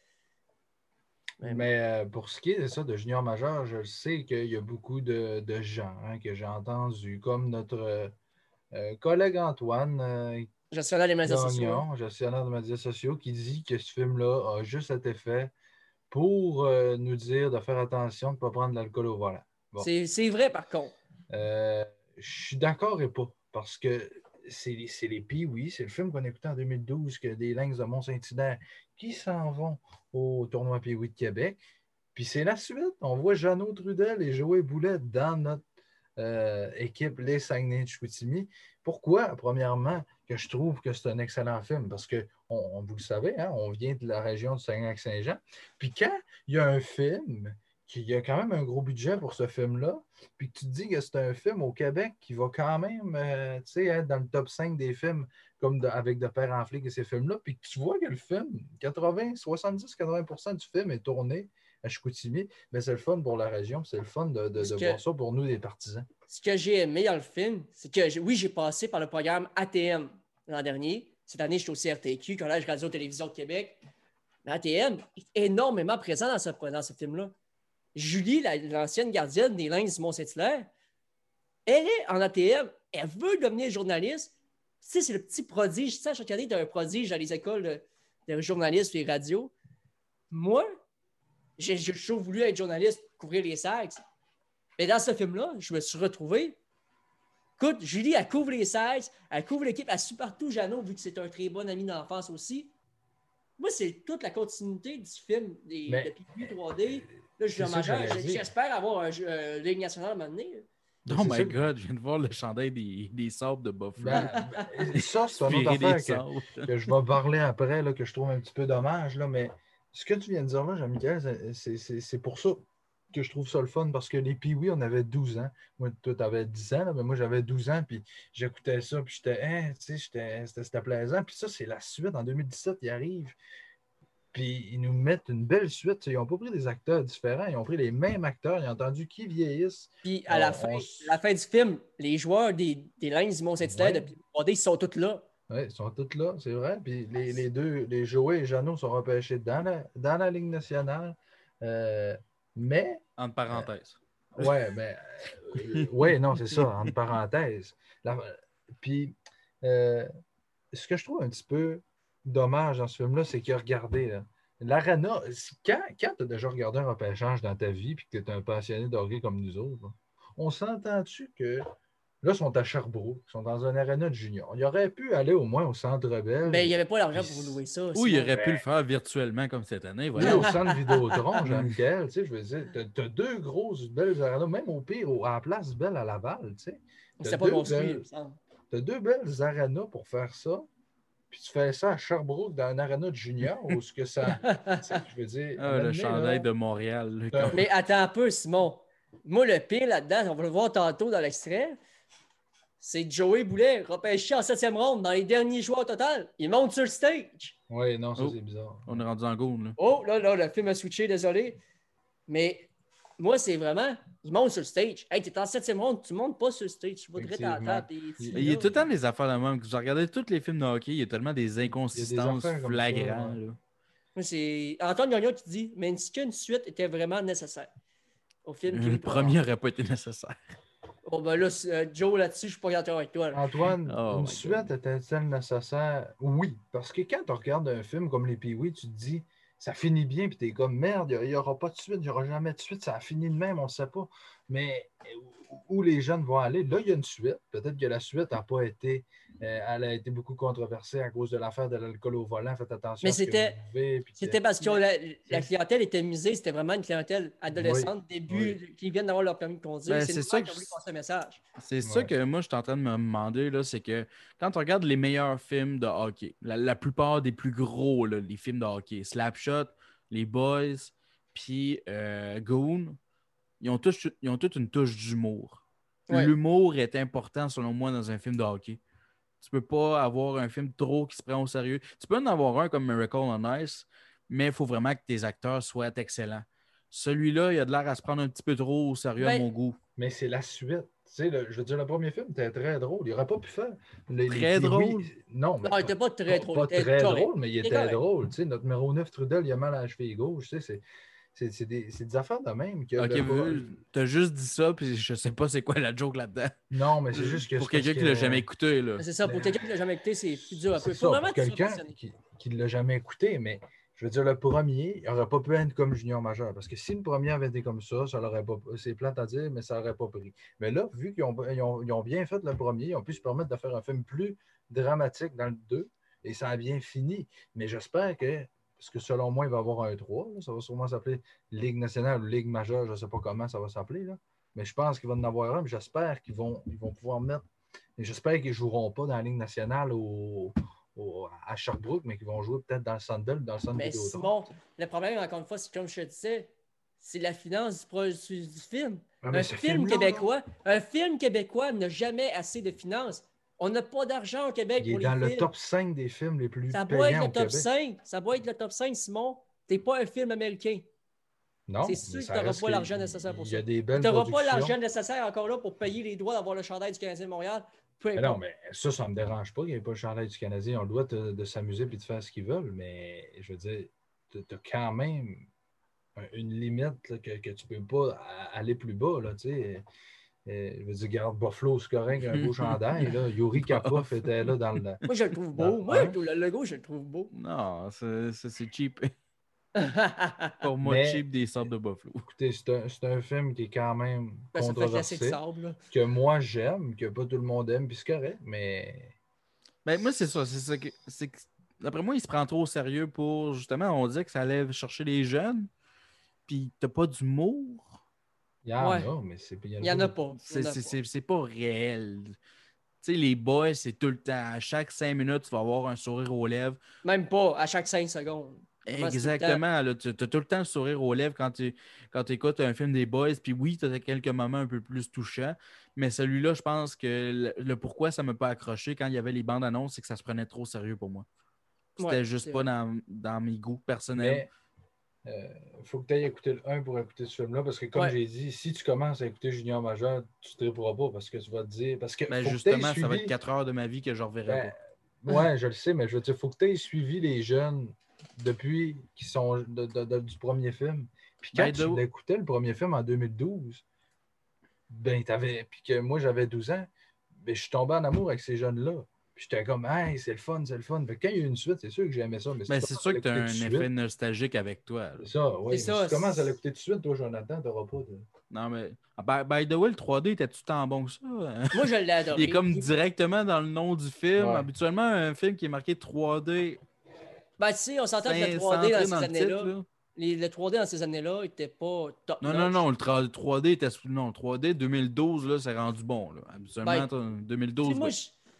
Mais pour ce qui est de ça, de Junior Majeur, je sais qu'il y a beaucoup de gens que j'ai entendus, comme notre collègue Antoine, gestionnaire des médias sociaux. Gestionnaire des médias sociaux, qui dit que ce film-là a juste été fait pour nous dire de faire attention de ne pas prendre de l'alcool au volant. Bon. C'est vrai, par contre. Je suis d'accord et pas, parce que c'est les Pee-Wee, c'est le film qu'on a écouté en 2012, que des Lynx de Mont-Saint-Hilaire qui s'en vont au tournoi Pee-Wee de Québec. Puis c'est la suite. On voit Jeannot Trudel et Joey Boulet dans notre équipe les Saguenay-Chicoutimi. Pourquoi? Premièrement, que je trouve que c'est un excellent film, parce que, vous le savez, hein, on vient de la région du Saguenay-Lac-Saint-Jean. Puis quand il y a un film, qu'il y a quand même un gros budget pour ce film-là, puis que tu te dis que c'est un film au Québec qui va quand même être dans le top 5 des films, comme avec De Père en flic et ces films-là, puis que tu vois que le film, 70-80% du film est tourné à Chicoutimi, mais c'est le fun pour la région, c'est le fun de voir ça pour nous, les partisans. Ce que j'ai aimé dans le film, c'est que oui, j'ai passé par le programme ATM l'an dernier. Cette année, je suis au CRTQ, Collège Radio-Télévision de Québec. Mais ATM est énormément présent dans ce film-là. Julie, l'ancienne gardienne des Lynx du Mont-Saint-Hilaire, elle est en ATM, elle veut devenir journaliste. Tu sais, c'est le petit prodige. Tu sais, chaque année, tu as un prodige dans les écoles de journalistes et radios. Moi, j'ai toujours voulu être journaliste, couvrir les Sags. Mais dans ce film-là, je me suis retrouvé. Écoute, Julie, elle couvre les Sags, elle couvre l'équipe, elle suit partout Jeannot, vu que c'est un très bon ami d'enfance aussi. Moi, c'est toute la continuité du film de Pipi 3D. Là, je suis en majeur. J'espère avoir un Ligue nationale à un moment donné. Oh my God, je viens de voir le chandail des sables de Buffalo. Ça, c'est une autre affaire que je vais parler après, là, que je trouve un petit peu dommage. Là, mais ce que tu viens de dire là, Jean-Michel, c'est pour ça que je trouve ça le fun, parce que les Pee-Wee, on avait 12 ans. Moi, toi, tu avais 10 ans, là, mais moi, j'avais 12 ans, puis j'écoutais ça, puis c'était plaisant. Puis ça, c'est la suite. En 2017, il arrive. Puis ils nous mettent une belle suite. Ils n'ont pas pris des acteurs différents, ils ont pris les mêmes acteurs, ils ont entendu qui vieillissent. Puis à la fin du film, les joueurs des Lynx du Mont-Saint-Hilaire de Pipi 3D, ils sont tous là. Oui, ils sont tous là, c'est vrai. Puis les Joey et Jeannot sont repêchés dans la Ligue nationale. Mais. Entre parenthèses. Oui, non, c'est ça, entre parenthèses. Puis, ce que je trouve un petit peu dommage dans ce film-là, c'est que, regardez, l'Arena, quand tu as déjà regardé un repêchage dans ta vie et que tu es un passionné de hockey comme nous autres, là, on s'entend-tu que là, ils sont à Sherbrooke, ils sont dans un aréna de junior. Ils auraient pu aller au moins au Centre Bell. Mais il n'y avait pas l'argent pour louer ça. Ou ils auraient pu le faire virtuellement comme cette année. Voilà. Oui, au Centre Vidéotron, Jean-Michel, tu sais, je veux dire, tu as deux grosses belles arénas, même au pire, à la place Belle à Laval, tu sais. C'est pas construit, tu as deux belles arénas pour faire ça. Puis tu fais ça à Sherbrooke dans un aréna de junior, où ce que ça. Je veux dire. Le chandail de Montréal. Mais attends un peu, Simon. Moi, le pire là-dedans, on va le voir tantôt dans l'extrait, c'est Joey Boulet, repêché en 7e ronde dans les derniers joueurs au total. Il monte sur le stage. Oui, non, ça c'est bizarre. On est rendu en goût, là. Oh, là, le film a switché, désolé. Mais moi, c'est vraiment, il monte sur le stage. Hey, t'es en 7e ronde, tu montes pas sur le stage. Tu vas direct à la table. Il y a tout le temps des affaires de même. J'ai regardé tous les films de hockey, il y a tellement des inconsistances flagrantes. C'est Antoine Gagnon qui dit, mais est-ce qu'une suite était vraiment nécessaire au film? Le premier n'aurait pas été nécessaire. Oh, ben là, Joe, là-dessus, je suis pas d'accord avec toi. Là. Antoine, une suite était-elle nécessaire? Oui, parce que quand tu regardes un film comme les Pee-Wee, tu te dis, ça finit bien, puis tu es comme, merde, il n'y aura pas de suite, il n'y aura jamais de suite, ça a fini de même, on ne sait pas. Mais où les jeunes vont aller, là, il y a une suite. Peut-être que la suite n'a pas été, elle a été beaucoup controversée à cause de l'affaire de l'alcool au volant. Faites attention mais à ce que vous buvez. C'était parce que la clientèle était misée, c'était vraiment une clientèle adolescente, début, qui viennent d'avoir leur permis de conduire. Ben, c'est ça qui a voulu passer un message. C'est ça que moi, je suis en train de me demander, là, c'est que quand on regarde les meilleurs films de hockey, la plupart des plus gros, là, les films de hockey, Slapshot, Les Boys, puis Goon, ils ont tous une touche d'humour. Ouais. L'humour est important, selon moi, dans un film de hockey. Tu peux pas avoir un film trop qui se prend au sérieux. Tu peux en avoir un comme Miracle on Ice, mais il faut vraiment que tes acteurs soient excellents. Celui-là, il a de l'air à se prendre un petit peu trop au sérieux à mon goût. Mais c'est la suite. Tu sais, je veux dire, le premier film était très drôle. Il n'aurait pas pu faire. Très drôle? Non, mais il n'était pas très drôle. Pas très drôle, mais il était drôle. Tu sais, notre numéro 9, Trudel, il a mal à la cheville gauche. Tu sais, c'est des affaires de même. Ok, t'as juste dit ça, puis je sais pas c'est quoi la joke là-dedans. Non, mais c'est juste que... Pour quelqu'un qui l'a jamais écouté, là. C'est ça, pour quelqu'un qui l'a jamais écouté, c'est plus dur un peu. Pour quelqu'un qui l'a jamais écouté, mais je veux dire, le premier, il n'aurait pas pu être comme junior majeur. Parce que si le premier avait été comme ça l'aurait pas... C'est plate à dire, mais ça n'aurait pas pris. Mais là, vu qu'ils ont bien fait le premier, ils ont pu se permettre de faire un film plus dramatique dans le 2, et ça a bien fini. Mais j'espère que... Parce que selon moi, il va y avoir un 3. Là. Ça va sûrement s'appeler Ligue nationale ou Ligue majeure. Je ne sais pas comment ça va s'appeler. Là. mais je pense qu'il va en avoir un. J'espère ils vont pouvoir mettre. Et j'espère qu'ils ne joueront pas dans la Ligue nationale à Sherbrooke, mais qu'ils vont jouer peut-être dans le Sandel, dans le centre Mais Vidéotron. Simon, le problème, encore une fois, c'est comme je te disais, c'est la finance du film. Ah, mais Un ce film film-là, québécois, un film québécois n'a jamais assez de finances. On n'a pas d'argent au Québec il est pour les dans le films. top 5 des films les plus Ça doit être payants le au top Québec. 5. Ça doit être le top 5, Simon. T'es pas un film américain. Non, C'est sûr mais que ça tu n'auras reste pas que l'argent nécessaire pour il y ça. a des Tu belles n'auras pas productions. l'argent nécessaire encore là pour payer les droits d'avoir le chandail du Canadien de Montréal. Peu Mais importe. non, mais ça ne me dérange pas qu'il n'y ait pas le chandail du Canadien. On le droit de s'amuser et de faire ce qu'ils veulent, mais je veux dire, tu as quand même une limite là, que tu ne peux pas aller plus bas. Là, tu sais. Je veux dire, garde Buffalo, c'est correct, un beau chandail. Là. Yuri Kapov était là dans le. Moi, je le trouve dans beau. le Moi, un. le logo, je le trouve beau. Non, c'est cheap. Pour moi, Mais- cheap des sortes de Buffalo. Écoutez, c'est un film qui est quand même Ben, ça fait classique controversé, sable. Là. que moi j'aime, que pas tout le monde aime, puis c'est correct, mais Ben, moi, c'est ça. D'après moi, il se prend trop au sérieux pour, justement, on disait que ça allait chercher les jeunes, puis t'as pas d'humour. il y en Ouais. a, mais il Il n'y en a pas. Il y en a pas. C'est pas réel. Tu sais, les boys, c'est tout le temps. À chaque 5 minutes, tu vas avoir un sourire aux lèvres. Même pas à chaque 5 secondes. Vraiment, c'est tout le temps. Exactement. Là, tu as tout le temps le sourire aux lèvres quand tu écoutes un film des boys. Puis oui, tu as quelques moments un peu plus touchants. Mais celui-là, je pense que le pourquoi ça ne m'a pas accroché quand il y avait les bandes annonces, c'est que ça se prenait trop au sérieux pour moi. C'était Ouais, juste c'est pas vrai. dans mes goûts personnels. mais il faut que tu ailles écouter le 1 pour écouter ce film-là, parce que comme Ouais. j'ai dit, si tu commences à écouter Junior Majeur, tu ne triperas pas parce que tu vas te dire. Parce que Ben, faut que justement, t'aies ça va suivi- être 4 heures de ma vie que je ne reverrai Ben, pas. ouais, je le sais, mais je veux dire, il faut que tu aies suivi les jeunes depuis qu'ils sont du premier film. Puis quand Ben, tu l'écoutais, le premier film en 2012, ben, puis que moi j'avais 12 ans, ben, je suis tombé en amour avec ces jeunes-là. Puis j'étais comme, hey, c'est le fun, c'est le fun. Fait que quand il y a eu une suite, c'est sûr que j'aimais ça. Mais si Ben, tu c'est commences sûr à que tu as l'écouter un tout de effet suite, nostalgique avec toi. Là. c'est ça, oui. C'est Mais ça, si tu commences à c'est- l'écouter tout de suite, toi, Jonathan, tu n'auras pas de. Non, mais by the way, le 3D était-tu tant bon que ça? Moi, je l'ai adoré. Il est comme directement dans le nom du film. Ouais. Habituellement, un film qui est marqué 3D, Ben, tu sais, on s'entend que le c'est 3D dans centré ces le années-là, titre, là. le 3D dans ces années-là était pas top Non, notch. non, le 3D était. Non, le 3D 2012, là, c'est rendu bon. Là. Habituellement, Ben, 2012. Tu sais, moi, là.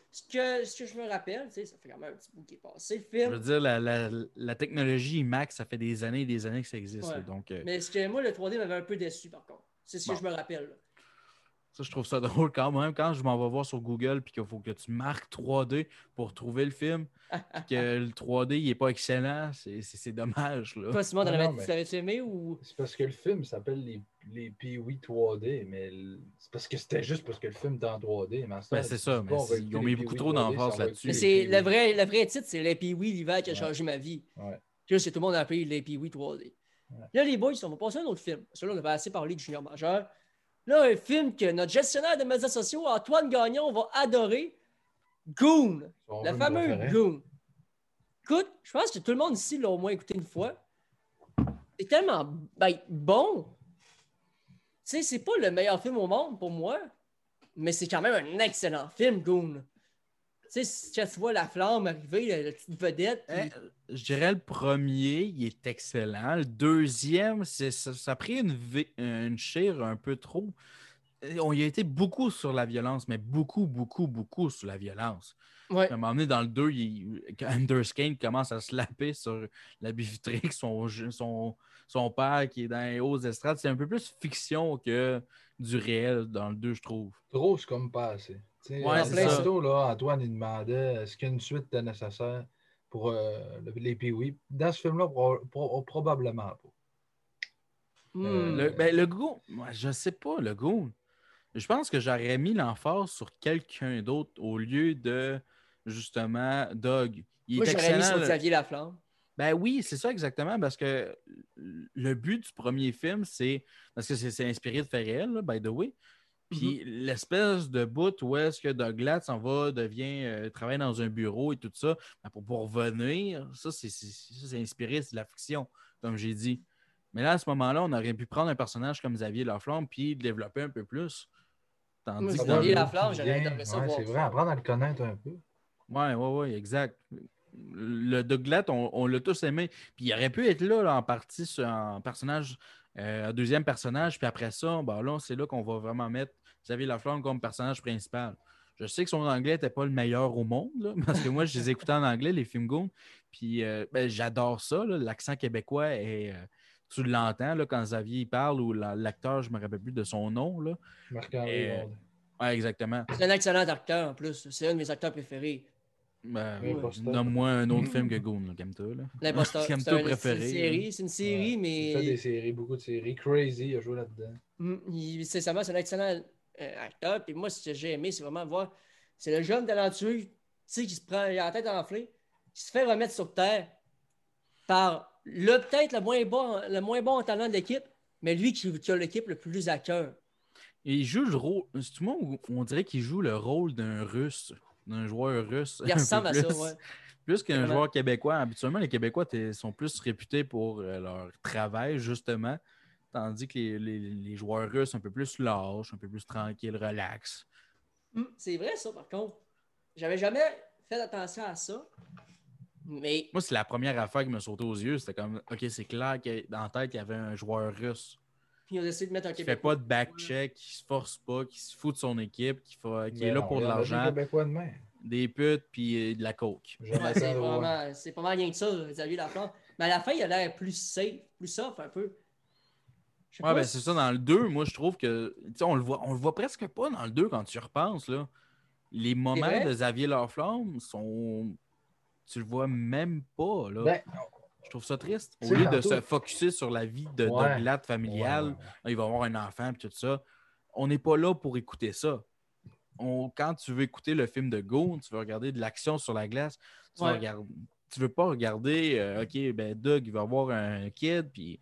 ce que je me rappelle, tu sais, ça fait quand même un petit bout qui est passé, le film. Je veux dire, la technologie IMAX, ça fait des années et des années que ça existe. Ouais. Là. Donc, Mais ce que moi, le 3D m'avait un peu déçu, par contre. C'est ce que Bon. je me rappelle. Là. ça, je trouve ça drôle quand même. Quand je m'en vais voir sur Google puis qu'il faut que tu marques 3D pour trouver le film, puis que le 3D il n'est pas excellent, c'est dommage. Là. Toi, Simon, Non, non, mais- tu l'avais aimé ou. C'est parce que le film s'appelle les Pee-Wee 3D, mais c'est parce que c'était juste parce que le film était en 3D. Mais Ben, c'est ça, mais ils ont mis beaucoup trop d'emphase là-dessus. Mais Les c'est Pee-Wee. le vrai titre, c'est les Pee-Wee, l'hiver qui a Ouais. changé ma vie. Ouais. Là, c'est tout le monde a appelé les Pee-Wee 3D. Ouais. Là, les boys, on va passer à un autre film. Parce que là, on avait assez parlé de Junior Majeur. Là, un film que notre gestionnaire de médias sociaux, Antoine Gagnon, va adorer. Goon. Son Le film fameux préféré. Goon. Écoute, je pense que tout le monde ici l'a au moins écouté une fois. C'est tellement bon. Tu sais, c'est pas le meilleur film au monde pour moi, mais c'est quand même un excellent film, Goon. Tu sais, quand tu vois la flamme arriver, la petite vedette. puis- Je dirais le premier, il est excellent. Le deuxième, ça a pris une chire un peu trop. On y a été beaucoup sur la violence, mais beaucoup, beaucoup, beaucoup sur la violence. Ouais. À un moment donné, dans le 2, quand Anders Kane commence à se laper sur la baie vitrée, son père qui est dans les hautes estrades, c'est un peu plus fiction que du réel dans le 2, je trouve. Trop, c'est comme pas assez. Tu sais, Ouais, c'est ça. tantôt, là, Antoine, il demandait est-ce qu'une suite était nécessaire pour les Pee-Wee. Dans ce film-là, probablement pas. Hmm. Le goût, moi, je sais pas, le goût. Je pense que j'aurais mis l'emphase sur quelqu'un d'autre au lieu de, justement, Doug. Il Moi, est j'aurais mis excellent. sur Xavier Laflamme. Ben oui, c'est ça exactement, parce que le but du premier film, c'est, parce que c'est inspiré de faits réels, là, by the way, puis l'espèce de bout où est-ce que Douglas s'en va, travailler dans un bureau et tout ça, ben pour revenir, ça, c'est inspiré, c'est de la fiction, comme j'ai dit. Mais là, à ce moment-là, on aurait pu prendre un personnage comme Xavier Laflamme puis le développer un peu plus. Moi, Tandis que Xavier dans le- Laflamme, j'aurais adoré ça Ouais, voir c'est ça. vrai, apprendre à le connaître un peu. Ouais, exact. Le Douglas, on l'a tous aimé. Puis il aurait pu être là en partie en personnage un deuxième personnage, puis après ça, ben là, c'est là qu'on va vraiment mettre Xavier Laflamme comme personnage principal. Je sais que son anglais n'était pas le meilleur au monde, là, parce que moi, je les écoutais en anglais, les films Goon, puis j'adore ça, là, l'accent québécois, et tu l'entends là, quand Xavier il parle, ou l'acteur, je ne me rappelle plus de son nom. Là. Marc-André Laudon. Ouais, exactement. C'est un excellent acteur en plus. C'est un de mes acteurs préférés. Nomme-moi un autre film que Goon, calme-toi. L'imposteur. C'est une série, mais. Il fait des séries, beaucoup de séries. Crazy, il a joué là-dedans. Sincèrement, c'est un excellent acteur. Puis moi, ce que j'ai aimé, c'est vraiment voir. C'est le jeune talentueux, tu sais, qui se prend la tête enflée, qui se fait remettre sur terre par peut-être le moins bon talent de l'équipe, mais lui qui a l'équipe le plus à cœur. Et il joue le rôle. C'est moi où on dirait qu'il joue le rôle d'un Russe, d'un joueur russe. Il ressemble à ça, ouais. Plus qu'un joueur québécois. Habituellement, les Québécois sont plus réputés pour leur travail, justement. Tandis que les joueurs russes, un peu plus lâches, un peu plus tranquilles, relax. C'est vrai, ça, par contre. J'avais jamais fait attention à ça. Mais... Moi, c'est la première affaire qui m'a sauté aux yeux. C'était comme, OK, c'est clair que dans la tête, il y avait un joueur russe. Puis ils ont essayé de mettre un Québécois. Qui fait pas de back-check, qui se force pas, qui se fout de son équipe, qui est là pour de l'argent. Des putes, puis de la coke. Ouais, c'est pas mal rien que ça, Xavier Laflamme. Mais à la fin, il a l'air plus safe, plus soft un peu. Ouais, ben c'est ça. Dans le 2, moi, je trouve que... On le voit presque pas dans le 2 quand tu y repenses. Là. Les moments de Xavier Laflamme sont... Tu le vois même pas. Là. Ben, je trouve ça triste. Au lieu de se focusser sur la vie de Douglas familiale, il va avoir un enfant et tout ça, on n'est pas là pour écouter ça. Quand tu veux écouter le film de Goon, tu veux regarder de l'action sur la glace, tu veux pas regarder OK, ben Doug, il va avoir un kid, puis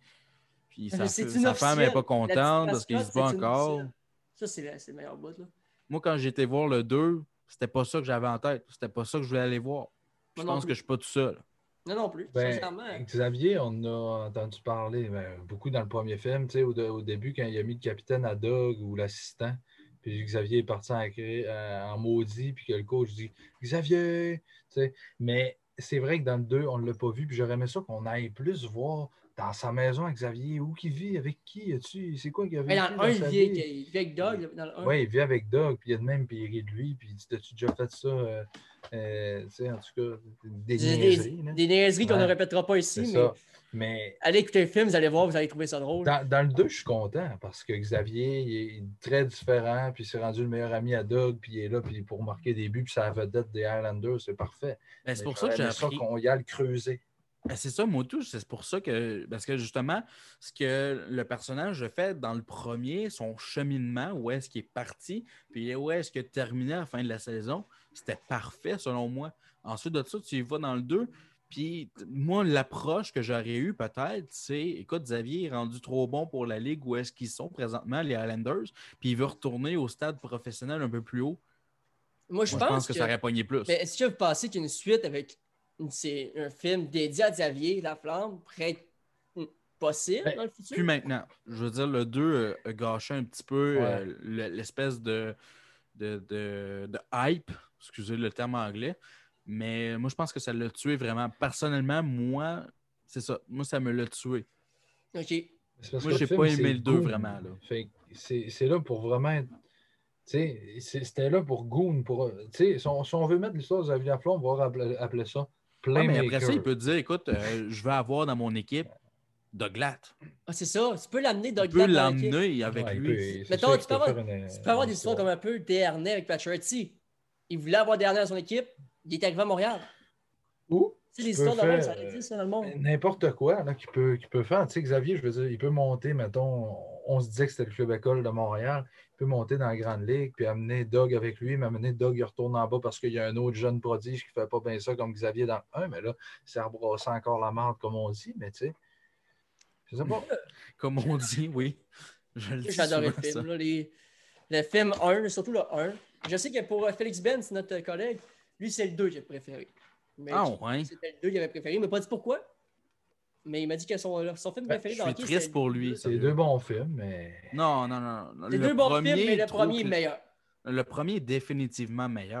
sa femme n'est pas contente parce qu'il ne se bat encore. Ça, c'est le meilleur bout. Là. Moi, quand j'étais voir le 2, c'était pas ça que j'avais en tête. C'était pas ça que je voulais aller voir. Je pense que je suis pas tout seul. Non plus. Xavier, on a entendu parler beaucoup dans le premier film, au début, quand il a mis le capitaine à Doug ou l'assistant, puis Xavier est parti en maudit, puis que le coach dit « Xavier! » Mais c'est vrai que dans le 2, on ne l'a pas vu, puis j'aurais aimé ça qu'on aille plus voir dans sa maison avec Xavier, où qu'il vit, avec qui, c'est quoi qu'il a vécu dans le 1, il vit avec Doug. Oui, il vit avec Doug, puis il a de même péri de lui, puis as-tu déjà fait ça, en tout cas, des niaiseries. Des niaiseries qu'on ne répétera pas ici, mais allez écouter le film, vous allez voir, vous allez trouver ça drôle. Dans le 2, je suis content, parce que Xavier il est très différent, puis il s'est rendu le meilleur ami à Doug, puis il est là puis pour marquer des buts, puis c'est la vedette des Highlanders, c'est parfait. Ben, c'est pour ça que j'ai appris qu'on y a le creuser. Ben c'est ça, moi tout. C'est pour ça que... Parce que justement, ce que le personnage a fait dans le premier, son cheminement, où est-ce qu'il est parti, puis où est-ce qu'il a terminé à la fin de la saison, c'était parfait selon moi. Ensuite de ça, tu y vas dans le 2, puis moi, l'approche que j'aurais eue peut-être, c'est, écoute, Xavier est rendu trop bon pour la ligue où est-ce qu'ils sont présentement, les Highlanders, puis il veut retourner au stade professionnel un peu plus haut. Moi, je pense que ça aurait pogné plus. Mais est-ce que vous pensez qu'il y a une suite avec... C'est un film dédié à Xavier Laflamme pourrait être possible dans le futur? Plus maintenant. Je veux dire, le 2 a gâché un petit peu l'espèce de hype, excusez le terme anglais, mais moi, je pense que ça l'a tué vraiment. Personnellement, moi, c'est ça. Moi, ça me l'a tué. OK. Moi, j'ai pas aimé le 2 vraiment. Là. C'est là pour vraiment... C'était là pour Goon. Si on veut mettre l'histoire de Xavier Laflamme, on va appeler ça Playmaker. Mais après ça, il peut dire, écoute, je veux avoir dans mon équipe Douglas. Ah, c'est ça. Tu peux l'amener Douglas. Tu peux l'emmener avec lui. Mettons, tu peux avoir des histoires comme un peu Desharnais avec Pacioretty. Il voulait avoir Desharnais dans son équipe. Il est arrivé à Montréal. Ou c'est des histoires de même, ça dit ça dans le monde. N'importe quoi qu'il peut faire. Tu sais, Xavier, je veux dire, il peut monter, mettons, on se disait que c'était le club école de Montréal. Il peut monter dans la Grande Ligue, puis amener Doug avec lui, mais amener Doug, il retourne en bas parce qu'il y a un autre jeune prodige qui ne fait pas bien ça comme Xavier dans le 1, mais là, ça rebrasse encore la marde, comme on dit, mais tu sais, je sais pas. Comme on dit, oui. J'adore le film. Là, le film 1, surtout le 1. Je sais que pour Félix Benz, notre collègue, lui, c'est le 2 qu'il a préféré. Mais c'était le 2 qu'il avait préféré. Il ne m'a pas dit pourquoi. Mais il m'a dit que son film préféré dans le hockey, c'est triste pour lui. C'est deux bons films, mais... Non. C'est deux bons films, mais le premier est meilleur. Le premier est définitivement meilleur.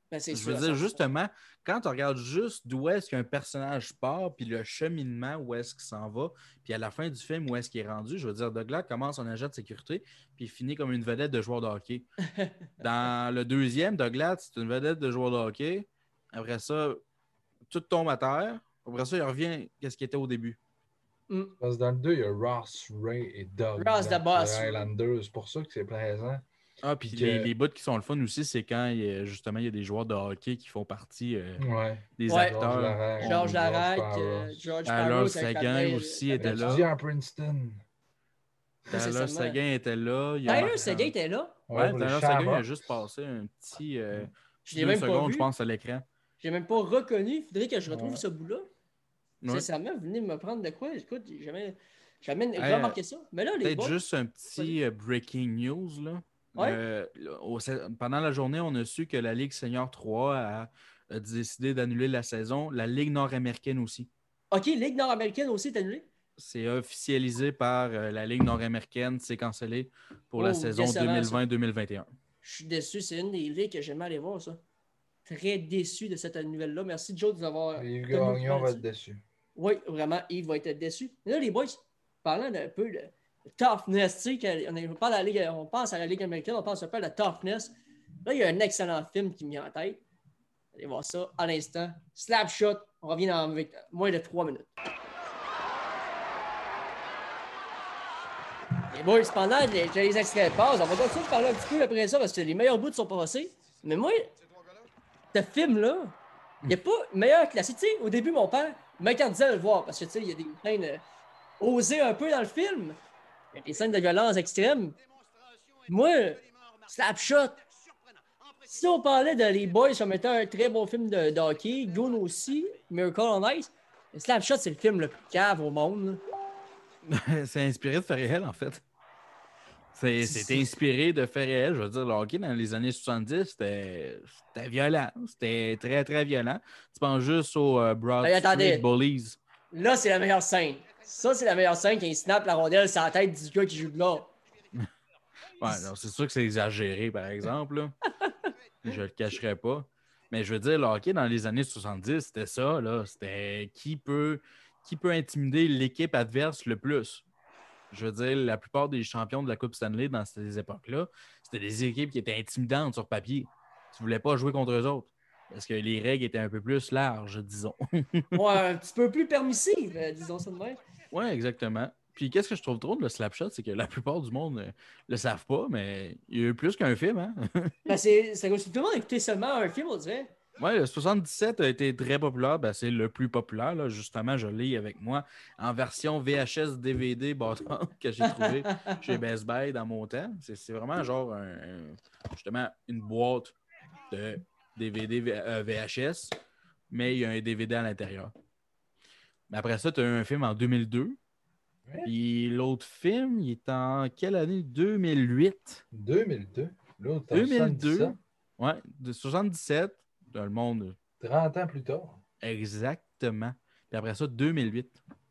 Ben, c'est Je sûr, veux à dire, 100%. justement, quand tu regardes juste d'où est-ce qu'un personnage part, puis le cheminement, où est-ce qu'il s'en va, puis à la fin du film, où est-ce qu'il est rendu, je veux dire, Douglas commence en agent de sécurité, puis il finit comme une vedette de joueur de hockey. Dans le deuxième, Douglas, c'est une vedette de joueur de hockey. Après ça, tout tombe à terre. Après ça, il revient qu'est-ce qu'il était au début. Mm. Parce que dans le 2, il y a Ross, Ray et Doug. Ross the Boss, The Highlanders. C'est pour ça que c'est plaisant. Ah, puis les bouts qui sont le fun aussi, c'est quand justement il y a des joueurs de hockey qui font partie Ouais. des Ouais. acteurs. Georges Larac, Parros. George Alors, Parros, Sagan aussi était là. Étudiant à Princeton. Tyler Seguin était là. Il y a Tyler Marc- Seguin était là. Ouais, pour les Tyler Seguin a Shamrocks. juste passé un petit Je l'ai 2 même pas secondes, vu. je pense, à l'écran. J'ai même pas reconnu. Il faudrait que je retrouve Ouais. ce bout-là. Ouais. Sincèrement, venez me prendre de quoi? Écoute, j'ai jamais Hey, remarqué ça. Mais là, les Peut-être boys, juste un petit breaking news. Là. Ouais. Pendant la journée, on a su que la Ligue Senior 3 a décidé d'annuler la saison. La Ligue nord-américaine aussi. OK, Ligue nord-américaine aussi est annulée. C'est officialisé par la Ligue nord-américaine. C'est cancellé pour la saison décevant, ça. 2020-2021. Je suis déçu. C'est une des ligues que j'aimerais aller voir, ça. Très déçu de cette nouvelle-là. Merci, Joe, de nous avoir. Yves de nous Gagnon parler va de être ça. déçu. Oui, vraiment, Yves va être déçu. Mais là, les boys, parlant d'un peu de toughness, tu sais, on pense à la Ligue américaine, on pense un peu à la toughness. Là, il y a un excellent film qui me vient en tête. Allez voir ça à l'instant. Slapshot, on revient dans avec moins de 3 minutes. Les boys, pendant les extraits de pause, on va continuer de parler un petit peu après ça parce que les meilleurs bouts sont passés. Mais moi, ce film-là, il n'y a pas meilleur que la. Tu sais, au début, mon père m'interdisait de le voir parce que, tu sais, il y a des scènes osées un peu dans le film. Il y a des scènes de violence extrême. Moi, Slapshot, si on parlait de Les Boys comme étant un très bon film de hockey, Goon aussi, Miracle on Ice, Slapshot, c'est le film le plus cave au monde. C'est inspiré de faits réels, en fait. C'est inspiré de faits réels. Je veux dire, le hockey dans les années 70, c'était violent. C'était très, très violent. Tu penses juste aux Broad Hey, attendez. Street Bullies. Là, c'est la meilleure scène. Ça, c'est la meilleure scène quand il snap la rondelle sur la tête du gars qui joue de là. Ouais, non, c'est sûr que c'est exagéré, par exemple. Là. Je le cacherai pas. Mais je veux dire, le hockey dans les années 70, c'était ça. Là. C'était qui peut intimider l'équipe adverse le plus. Je veux dire, la plupart des champions de la Coupe Stanley dans ces époques-là, c'était des équipes qui étaient intimidantes sur papier. Tu voulais pas jouer contre eux autres. Parce que les règles étaient un peu plus larges, disons. Ouais, un petit peu plus permissive, disons ça de même. Oui, exactement. Puis qu'est-ce que je trouve drôle de Slapshot, c'est que la plupart du monde le savent pas, mais il y a eu plus qu'un film, hein? Ben, c'est comme si tout le monde écoutait seulement un film, on dirait. Oui, le 77 a été très populaire. Ben, c'est le plus populaire. Là. Justement, je l'ai avec moi en version VHS DVD bâton que j'ai trouvé chez Best Buy dans mon temps. C'est vraiment genre justement une boîte de DVD VHS, mais il y a un DVD à l'intérieur. Mais après ça, tu as eu un film en 2002. Ouais. Puis l'autre film, il est en quelle année? 2008. 2002. L'autre, en 2002. 77. Ouais, de 77. Dans le monde. 30 ans plus tard. Exactement. Puis après ça, 2008.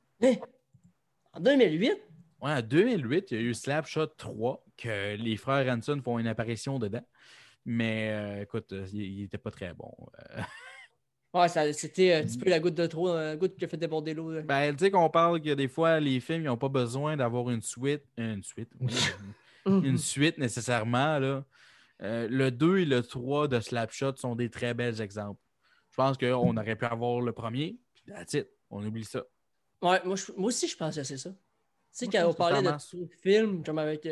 En 2008? Ouais, en 2008, il y a eu Slapshot 3, que les frères Hanson font une apparition dedans. Mais écoute, il était pas très bon. Ouais, c'était un petit peu la goutte de trop, la goutte qui a fait déborder l'eau. Là. Ben, tu sais qu'on parle que des fois, les films, ils n'ont pas besoin d'avoir une suite. Une suite nécessairement, là. Le 2 et le 3 de Slapshot sont des très bels exemples. Je pense qu'on aurait pu avoir le premier, puis that's it. On oublie ça. Ouais, moi aussi, je pense que c'est ça. Tu sais, Moi, quand je on pense que parlait ça de marche. films, comme avec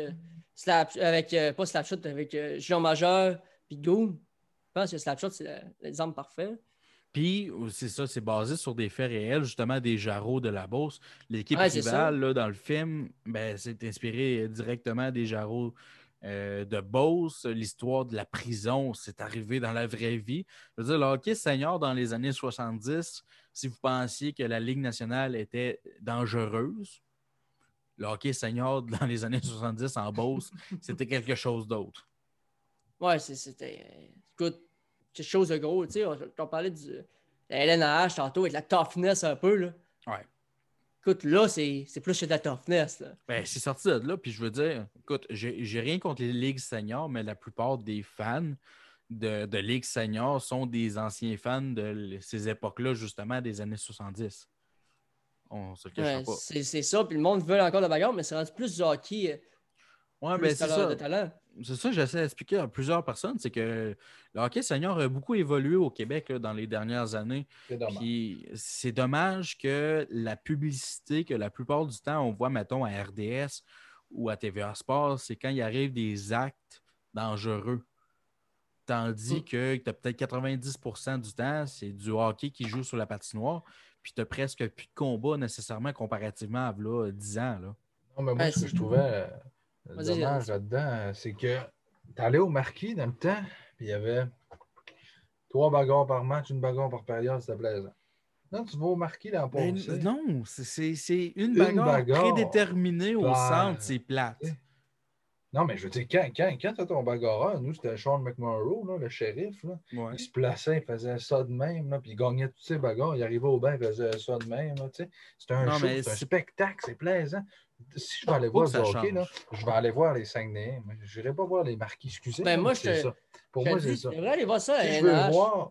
pas Slapshot, avec Julien Majeur, puis Goon, je pense que Slapshot, c'est l'exemple parfait. Puis, c'est ça, c'est basé sur des faits réels, justement, des Jarreaux de la Beauce. L'équipe Ouais, c'est ça. rivale, là, dans le film, ben, c'est inspiré directement des Jarreaux de Beauce. L'histoire de la prison, c'est arrivé dans la vraie vie. Je veux dire, le hockey senior dans les années 70, si vous pensiez que la Ligue nationale était dangereuse, le hockey senior dans les années 70 en Beauce, c'était quelque chose d'autre. Ouais, c'était. Écoute, quelque chose de gros. Tu sais, on parlait de la LNH tantôt avec la toughness un peu. Là. Ouais. Écoute, là, c'est plus que de la toughness. Là. Ben, c'est sorti de là, puis je veux dire, écoute, j'ai rien contre les ligues seniors, mais la plupart des fans de Ligue senior sont des anciens fans de ces époques-là, justement, des années 70. On se le cachera Ouais, pas. c'est ça, puis le monde veut encore de bagarre, mais c'est rendu plus du hockey, Ouais, plus ben c'est de ça. talent. C'est ça que j'essaie d'expliquer à plusieurs personnes, c'est que le hockey senior a beaucoup évolué au Québec là, dans les dernières années. C'est dommage. Puis c'est dommage que la publicité que la plupart du temps on voit, mettons, à RDS ou à TVA Sports, c'est quand il arrive des actes dangereux. Tandis que tu as peut-être 90% du temps, c'est du hockey qui joue sur la patinoire, puis tu n'as presque plus de combat nécessairement comparativement à là, 10 ans. Là. Non, mais moi, Ouais, ce que c'est- je trouvais Vas-y, dommage vas-y. là-dedans, c'est que t'allais au marquis dans le temps, puis il y avait 3 bagarres par match, une bagarre par période, c'était plaisant. Là, tu vas au marquis l'an Ben, passé, non, c'est une une bagarre bagarre prédéterminée au centre, par. c'est plate. Non, mais je veux dire, quand tu as ton bagarreur, nous, c'était Sean McMorrow, là, le shérif, là, Ouais. il se plaçait, il faisait ça de même, là, puis il gagnait toutes ses bagarres, il arrivait au bain, il faisait ça de même. Là, tu sais. C'est un Non, show, mais c'est un c'est spectacle, c'est plaisant. Si je vais aller faut voir que du ça hockey, là, change. je vais aller voir les Saguenayens. Je n'irai pas voir les Marquis, excusez, Ben, là, moi, mais c'est ça. Pour je te moi, c'est dis, tu ça. devrais aller voir ça à Si la je veux NH. voir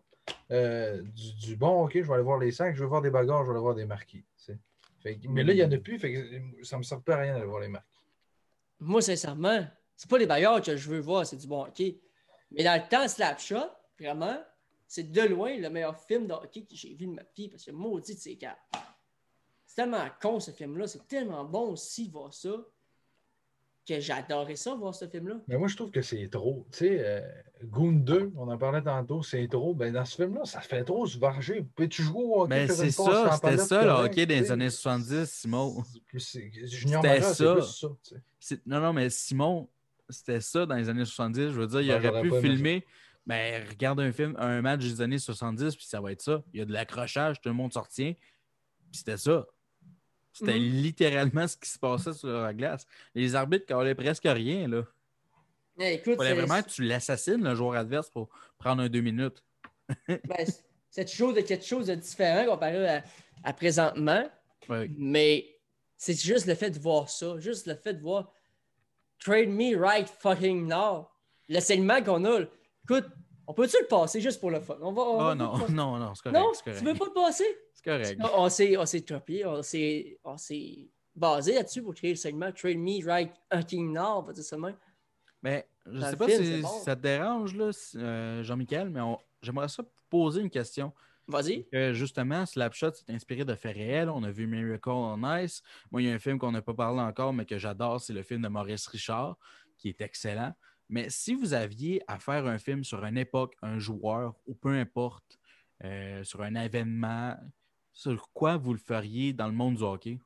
du bon hockey, je vais aller voir les Sacs, je veux voir des bagarres, je vais aller voir des Marquis. Tu sais. Mais là, il n'y en a plus, fait que ça ne me sert pas à rien d'aller voir les Marquis. Moi, sincèrement, c'est pas les bagarres que je veux voir, c'est du bon hockey. Mais dans le temps, Slapshot, vraiment, c'est de loin le meilleur film de hockey que j'ai vu de ma vie, parce que maudit de ces quatre. C'est tellement con, ce film-là. C'est tellement bon aussi, voir ça, que j'adorais ça, voir ce film-là. Mais moi, je trouve que c'est trop. Tu sais, Goon 2, on en parlait tantôt, c'est trop. Ben, dans ce film-là, ça fait trop se varger. Peux-tu jouer au hockey, Mais faire c'est une passe ça, sans c'était palette ça le correct, hockey tu des sais. années 70, Simon. Junior C'était majeur, c'est plus ça. ça. Tu sais. Non, non, mais Simon, c'était ça dans les années 70. Je veux dire, il Ben, aurait j'aurais pu pas aimé ça. filmer, mais regarde un match des années 70, puis ça va être ça. Il y a de l'accrochage, tout le monde sortient, puis c'était ça. C'était littéralement ce qui se passait sur la glace. Les arbitres calaient presque rien, là. Écoute, Il fallait vraiment que tu l'assassines, le joueur adverse, pour prendre un 2 minutes. ben, c'est toujours de quelque chose de différent comparé à présentement. Ouais. Mais c'est juste le fait de voir ça, juste le fait de voir Trade Me Right Fucking Now. Le segment qu'on a. Écoute, on peut-tu le passer juste pour le fun? On Oh va non, le- non, non, c'est correct. Non, c'est correct. tu veux pas le passer? C'est correct. On s'est topé, on s'est basé là-dessus pour créer le segment Trade Me Right Fucking Now, on va dire ça de même. Mais je Dans sais le pas film, si c'est bon. ça te dérange, là, Jean-Michel, mais j'aimerais ça poser une question. Vas-y. Justement, Slapshot, c'est inspiré de faits réels. On a vu Miracle on Ice. Moi, il y a un film qu'on n'a pas parlé encore, mais que j'adore, c'est le film de Maurice Richard, qui est excellent. Mais si vous aviez à faire un film sur une époque, un joueur, ou peu importe, sur un événement, sur quoi vous le feriez dans le monde du hockey?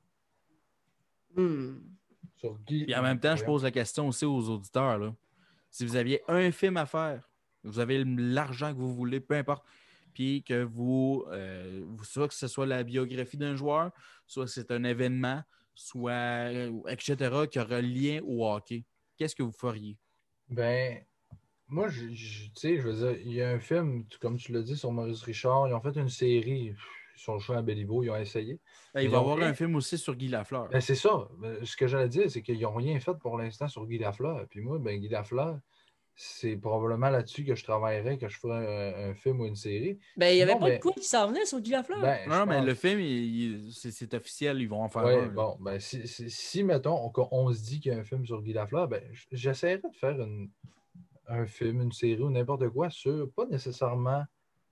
Sur Guy... Puis en même temps, je Voyons. pose la question aussi aux auditeurs, là. Si vous aviez un film à faire, vous avez l'argent que vous voulez, peu importe, puis que soit que ce soit la biographie d'un joueur, soit que c'est un événement, soit etc., qui aura lien au hockey, qu'est-ce que vous feriez? Ben, moi, tu sais, je veux dire, il y a un film, comme tu l'as dit, sur Maurice Richard. Ils ont fait une série sur le choix à Béliveau. Ils ont essayé. Ben, il Ils va y ont avoir rien- un film aussi sur Guy Lafleur. Ben, c'est ça. Ben, ce que j'allais dire, c'est qu'ils n'ont rien fait pour l'instant sur Guy Lafleur. Puis moi, ben, Guy Lafleur, c'est probablement là-dessus que je travaillerais, que je ferais un film ou une série. Ben, il n'y avait Sinon, pas de ben, quoi qui s'en venait sur Guy Lafleur. ben, Non, je mais pense- le film, c'est officiel, ils vont en faire Ouais, un. Là. bon, ben, si mettons, on se dit qu'il y a un film sur Guy Lafleur, ben, j'essaierais de faire un film, une série ou n'importe quoi sur, pas nécessairement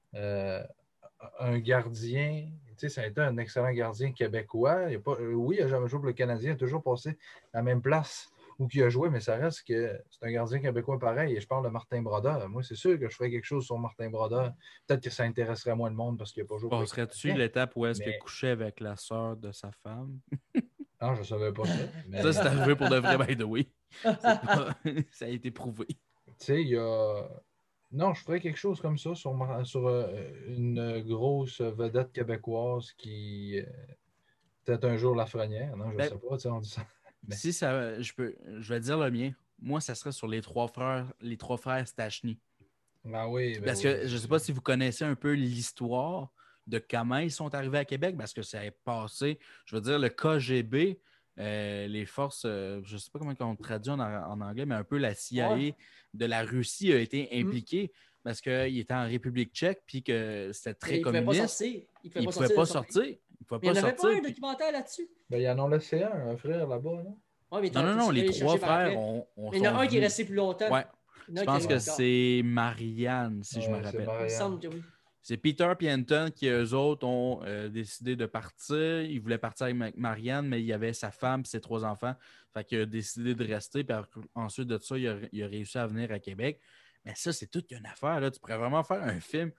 un gardien. Tu sais, ça a été un excellent gardien québécois. Il a pas, oui, il n'a jamais joué pour le Canadien, il a toujours passé à la même place où il a joué, mais ça reste que c'est un gardien québécois pareil. Et je parle de Martin Brodeur. Moi, c'est sûr que je ferais quelque chose sur Martin Brodeur. Peut-être que ça intéresserait moins de monde parce qu'il n'a pas joué pour le Passerais-tu Canadien. l'étape où est-ce qu'il Mais- couchait avec la sœur de sa femme? Non, je ne savais pas ça. Mais... Ça, c'est arrivé pour de vrai, by the way. Ça a été prouvé. Tu sais, il y a. Non, je ferais quelque chose comme ça sur une grosse vedette québécoise qui. Peut-être un jour Lafrenière. Non, je ne Ben, sais pas, tu sais, on dit ça. Mais- Si ça, je vais dire le mien. Moi, ça serait sur les trois frères Stachny. Ah oui, ben Parce oui, que je ne sais pas si vous connaissez un peu l'histoire de comment ils sont arrivés à Québec, parce que ça est passé, je veux dire, le KGB, les forces, je ne sais pas comment on traduit en anglais, mais un peu la CIA Ouais. de la Russie a été impliquée. parce qu'il était en République tchèque puis que c'était très Il pouvait pas communiste. sortir. Il pouvait pas sortir. Il pouvait Il n'y pas en avait pas sortir. un documentaire là-dessus. Ben, ils en ont laissé un frère là-bas. Là. Ouais, mais Non, les cherché 3 par frères après. ont Mais il y en a sont un qui est venus. resté plus longtemps. Ouais. Il y en a Je un pense qui que est resté c'est Marianne, si je me Ouais, c'est rappelle. encore. Il me Marianne. semble que oui. C'est Peter et Anton qui, eux autres, ont décidé de partir. Ils voulaient partir avec Marianne, mais il y avait sa femme et ses 3 enfants. Fait qu'il a décidé de rester. Puis ensuite de ça, il a réussi à venir à Québec. Mais ça, c'est toute une affaire. Là. Tu pourrais vraiment faire un film.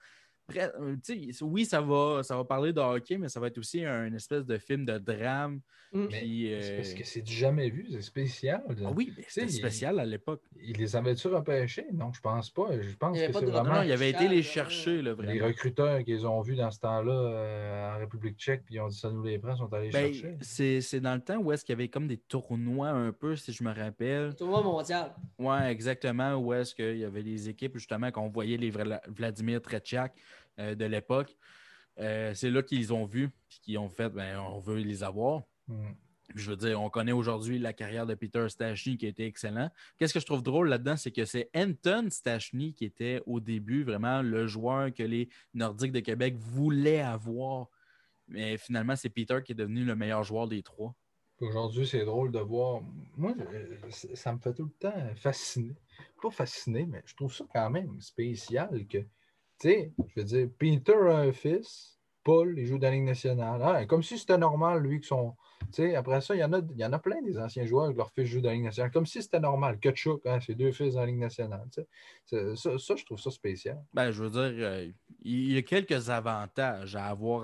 Oui, ça va parler de hockey, mais ça va être aussi une espèce de film de drame. Mm. Puis, C'est parce que c'est du jamais vu, c'est spécial. Ah oui, mais c'était spécial à l'époque. Il les avait-tu repêchés? Non, je pense pas. Je pense Il y avait que pas c'est de vraiment Non, il avait été les Charles, chercher, là, vraiment. les recruteurs qu'ils ont vus dans ce temps-là en République tchèque, puis ils ont dit ça nous les prend, sont allés Ben, chercher. c'est dans le temps où est-ce qu'il y avait comme des tournois un peu, si je me rappelle. Le tournoi mondial. Ouais, exactement. Où est-ce qu'il y avait des équipes, justement, qu'on voyait les Vladimir Tretchak de l'époque. C'est là qu'ils ont vu, puis qu'ils ont fait, ben, on veut les avoir. Puis je veux dire, on connaît aujourd'hui la carrière de Peter Stastny qui a été excellent. Qu'est-ce que je trouve drôle là-dedans, c'est que c'est Anton Stastny qui était au début vraiment le joueur que les Nordiques de Québec voulaient avoir. Mais finalement, c'est Peter qui est devenu le meilleur joueur des 3. Aujourd'hui, c'est drôle de voir. Moi, ça me fait tout le temps fasciner. Pas fasciné, mais je trouve ça quand même spécial que, tu sais, je veux dire, Peter a un fils, Paul, il joue dans la Ligue nationale. Ah, comme si c'était normal, lui, que son. Tu sais, après ça, il y en a plein des anciens joueurs que leur fils joue dans la Ligue nationale. Comme si c'était normal. Kutchuk, hein, ses 2 fils dans la Ligue nationale. Tu sais. Ça, je trouve ça spécial. Ben, je veux dire, il y a quelques avantages à avoir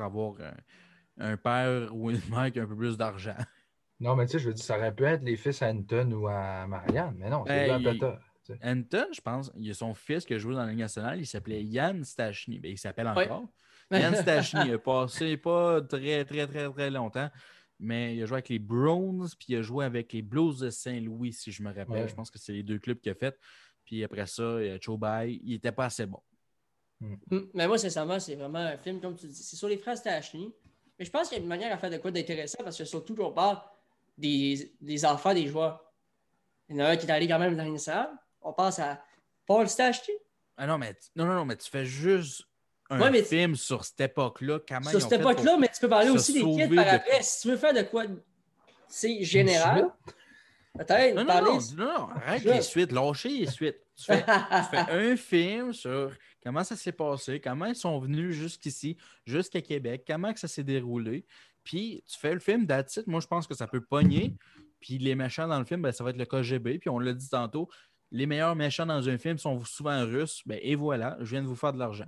un père ou une mère qui a un peu plus d'argent. Non, mais tu sais, je veux dire, ça aurait pu être les fils à Anton ou à Marianne, mais non, c'est Ben, là à Peter. Tu sais. Anton, je pense, il y a son fils qui a joué dans la Ligue nationale, il s'appelait Yann Stachny. Ben, il s'appelle Ouais. encore. Yann Stachny, il a passé pas très, très, très, très longtemps, mais il a joué avec les Browns, puis il a joué avec les Blues de Saint-Louis, si je me rappelle. Ouais. Je pense que c'est les 2 clubs qu'il a fait. Puis après ça, Chobai, il n'était pas assez bon. Mais moi, sincèrement, c'est vraiment un film, comme tu dis. C'est sur les frères Stachny. Mais je pense qu'il y a une manière à faire de quoi d'intéressant parce que surtout qu'on parle des enfants des joueurs. Il y en a un qui est allé quand même dans l'initiale. On pense à Paul Stachny. Ah non, mais tu fais juste un Ouais, mais film sur cette époque-là. Comment sur ils ont cette fait époque-là, pour mais tu peux parler se aussi des kids sauver par de- après. Si tu veux faire de quoi, c'est général. Peut-être parler. Non, arrête Je- les suites, lâchez les suites. Tu fais un film sur comment ça s'est passé, comment ils sont venus jusqu'ici, jusqu'à Québec, comment que ça s'est déroulé. Puis tu fais le film that's it. Moi, je pense que ça peut pogner. Puis les méchants dans le film, ben, ça va être le KGB. Puis on l'a dit tantôt, les meilleurs méchants dans un film sont souvent russes. Ben, et voilà, je viens de vous faire de l'argent.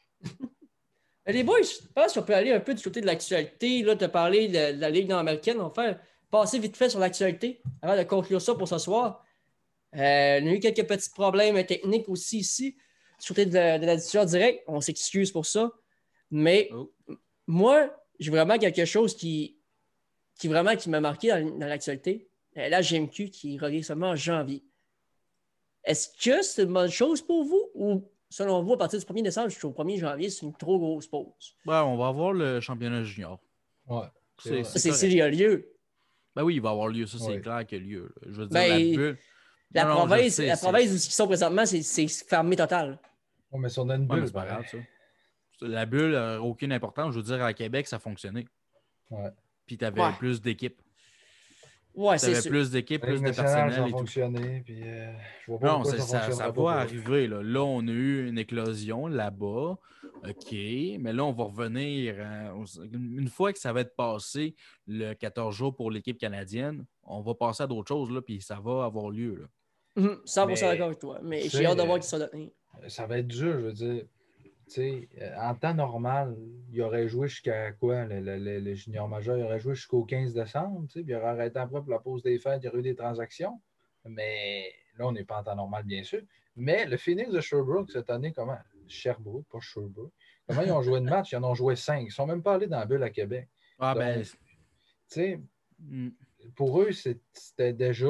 Les boys, je pense qu'on peut aller un peu du côté de l'actualité. Là, tu as parlé de la Ligue nord-américaine. On va faire passer vite fait sur l'actualité avant de conclure ça pour ce soir. On a eu quelques petits problèmes techniques aussi ici, du côté de la diffusion directe. On s'excuse pour ça. Mais moi, j'ai vraiment quelque chose qui m'a marqué dans l'actualité. La GMQ qui revient seulement en janvier. Est-ce que c'est une bonne chose pour vous ou selon vous, à partir du 1er décembre jusqu'au 1er janvier, c'est une trop grosse pause? Ouais, on va avoir le championnat junior. Ouais. C'est C'est correct. s'il y a lieu. Ben oui, il va avoir lieu, ça, c'est Ouais. clair qu'il y a lieu. Je veux dire, Ben, la bulle. La Non, je province, sais, la province où ils sont présentement, c'est fermé total. Ouais, mais si on a une Ouais, mais bulle, c'est pas pareil. grave, ça. La bulle n'a aucune importance. Je veux dire, à Québec, ça fonctionnait. Ouais. Puis tu avais Ouais. plus d'équipes. Ouais, Tu c'est avais sûr. plus d'équipes, La plus Ligue de nationale, ça personnel a et tout. fonctionné, puis je vois pas Non, pourquoi ça ça fonctionnerait pas va pour eux. arriver. Là, on a eu une éclosion là-bas. OK. Mais là, on va revenir. Une fois que ça va être passé le 14 jours pour l'équipe canadienne, on va passer à d'autres choses, là, puis ça va avoir lieu. Là. 100% Mais, d'accord avec toi. Mais tu j'ai sais, hâte de voir qui ça donne. Ça va être dur, je veux dire. Tu sais, en temps normal, il aurait joué jusqu'à quoi? Le junior majeur, il aurait joué jusqu'au 15 décembre, tu sais, puis il aurait arrêté après pour la pause des fêtes, il y aurait eu des transactions. Mais là, on n'est pas en temps normal, bien sûr. Mais le Phoenix de Sherbrooke, cette année, comment? Sherbrooke, pas Sherbrooke. Comment ils ont joué de match? Ils en ont joué 5. Ils ne sont même pas allés dans la bulle à Québec. Ah, Donc, ben. tu sais, hmm. pour eux, c'était déjà.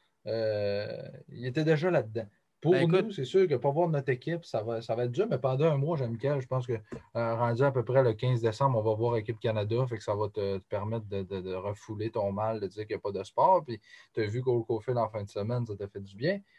Ils étaient déjà là-dedans. Pour Ben, écoute, nous, c'est sûr que pour voir notre équipe, ça va être dur, mais pendant un mois, Jean-Michel, je pense que rendu à peu près le 15 décembre, on va voir Équipe Canada, fait que ça va te permettre de refouler ton mal, de dire qu'il n'y a pas de sport. Puis tu as vu Cole Caulfield en fin de semaine, ça t'a fait du bien.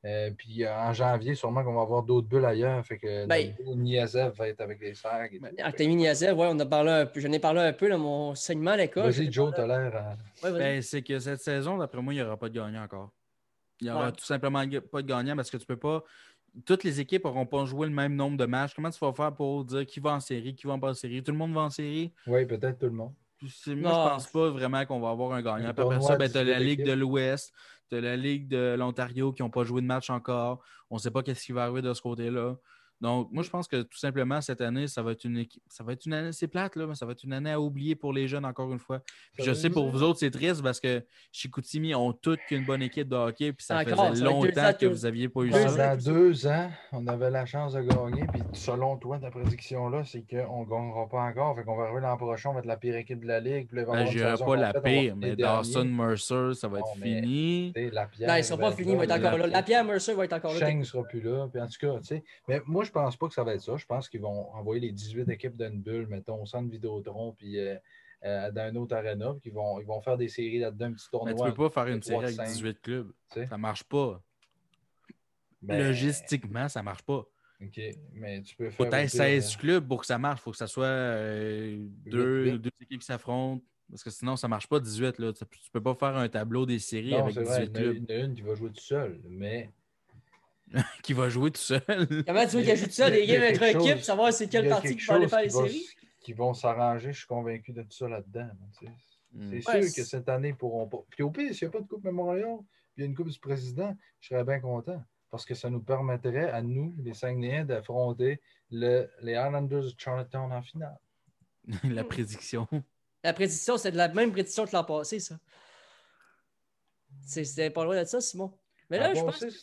Puis en janvier, sûrement qu'on va avoir d'autres bulles ailleurs. Fait que Ben, notre beau Niazev va être avec les Sags. Artemi Niazev, ouais, on a parlé un peu, j'en ai parlé un peu dans mon segment à l'école. Vas-y, Joe, t'as l'air. Ouais, vas-y. Ben, c'est que cette saison, d'après moi, il n'y aura pas de gagnant encore. Il n'y aura Ouais. tout simplement pas de gagnant parce que tu peux pas. Toutes les équipes n'auront pas joué le même nombre de matchs. Comment tu vas faire pour dire qui va en série, qui va pas en série? Tout le monde va en série? Oui, peut-être tout le monde. Moi, je Non. pense pas vraiment qu'on va avoir un gagnant. Un Puis après tournoi ça, à ben, tu as la 18 Ligue de équipes. l'Ouest, tu as la Ligue de l'Ontario qui n'ont pas joué de match encore. On ne sait pas qu'est-ce qui va arriver de ce côté-là. Donc, moi, je pense que tout simplement, cette année, ça va être une année, c'est plate, là, mais ça va être une année à oublier pour les jeunes, encore une fois. Puis je sais, pour vous autres, c'est triste parce que Chicoutimi ont toutes qu'une bonne équipe de hockey, puis ça Encore, faisait ça va être 2 longtemps ans que vous n'aviez pas eu deux ça. ans. Pendant 2 ans, on avait la chance de gagner. Puis selon toi, ta prédiction-là, c'est qu'on ne gagnera pas encore. Fait qu'on va arriver l'an prochain, on va être la pire équipe de la Ligue. Puis là, il va y Ben, avoir je une dirais saison pas la complète, on va pire, finir mais dernier. Dawson Mercer, ça va être Bon, mais, fini. tu sais, la pierre, Non, ils ne sont pas finis, ils vont être encore là. La Pierre Mercer va être encore là. Shane ne sera plus là. Puis en tout cas, tu sais. Mais moi, je pense pas que ça va être ça. Je pense qu'ils vont envoyer les 18 équipes d'une bulle, mettons, au centre Vidéotron, puis dans un autre arena. Puis ils vont faire des séries là-dedans, un petit Mais tournoi. tu peux pas faire de une série 3 de avec 5, 18 clubs. tu sais. Ça marche pas. Ben, Logistiquement, ça marche pas. OK. Mais tu peux Faut faire. être 16 clubs pour que ça marche. Il faut que ça soit deux équipes qui s'affrontent. Parce que sinon, ça marche pas 18. Là. Tu peux pas faire un tableau des séries Non, avec c'est vrai, 18 clubs. il y en a une qui va jouer tout seul, mais Qui va jouer tout seul. Comment tu veux qu'il ajoute ça, des games entre équipes, savoir c'est quelle partie qui va aller faire les séries? Qui vont s'arranger, je suis convaincu de tout ça là-dedans. Tu sais. C'est Ouais, sûr que cette année, ils ne pourront pas. Puis au pire, s'il n'y a pas de Coupe Memorial, puis il y a une Coupe du Président, je serais bien content. Parce que ça nous permettrait, à nous, les Saguenayens, d'affronter les Islanders de Charlottetown en finale. La prédiction. La prédiction, c'est de la même prédiction que l'an passé, ça. C'était pas loin de ça, Simon. Mais là, je pense que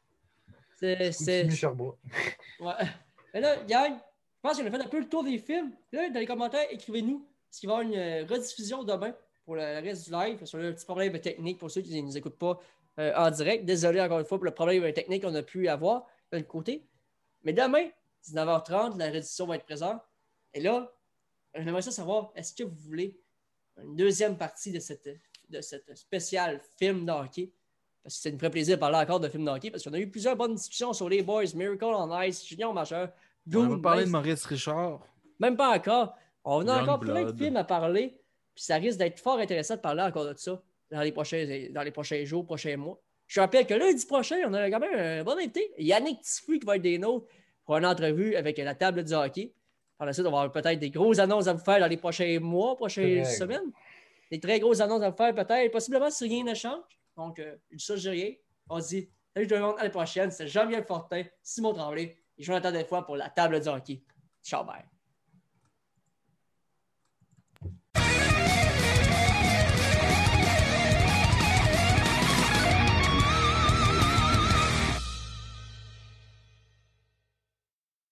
c'était Sherbrooke. Ouais. Mais là, gang, je pense qu'on a fait un peu le tour des films. Là, dans les commentaires, écrivez-nous s'il va y avoir une rediffusion demain pour le reste du live. Parce qu'on a un petit problème technique pour ceux qui ne nous écoutent pas en direct. Désolé encore une fois pour le problème technique qu'on a pu avoir de l'autre côté. Mais demain, 19h30, la rediffusion va être présente. Et là, j'aimerais ça savoir, est-ce que vous voulez une deuxième partie de cette spécial film de hockey? Parce que ça nous ferait plaisir de parler encore de films de hockey, parce qu'on a eu plusieurs bonnes discussions sur les Boys, Miracle on Ice, Junior Majeur, On va parler de Maurice Richard. Même pas encore. On a encore plein de Youngblood. films à parler, puis ça risque d'être fort intéressant de parler encore de ça dans les prochains jours, prochains mois. Je rappelle que lundi prochain, on a quand même un bon invité, Yannick Tifouy qui va être des nôtres pour une entrevue avec la table du hockey. Par la suite, on va avoir peut-être des grosses annonces à vous faire dans les prochains mois, prochaines semaines. Des très grosses annonces à vous faire peut-être, possiblement si rien ne change. Donc, je dis ça, je dis rien. On se dit, salut tout le monde, à la prochaine. C'était Jean-Michel Fortin, Simon Tremblay et Jonathan Desfoy pour la table du hockey. Ciao, bye.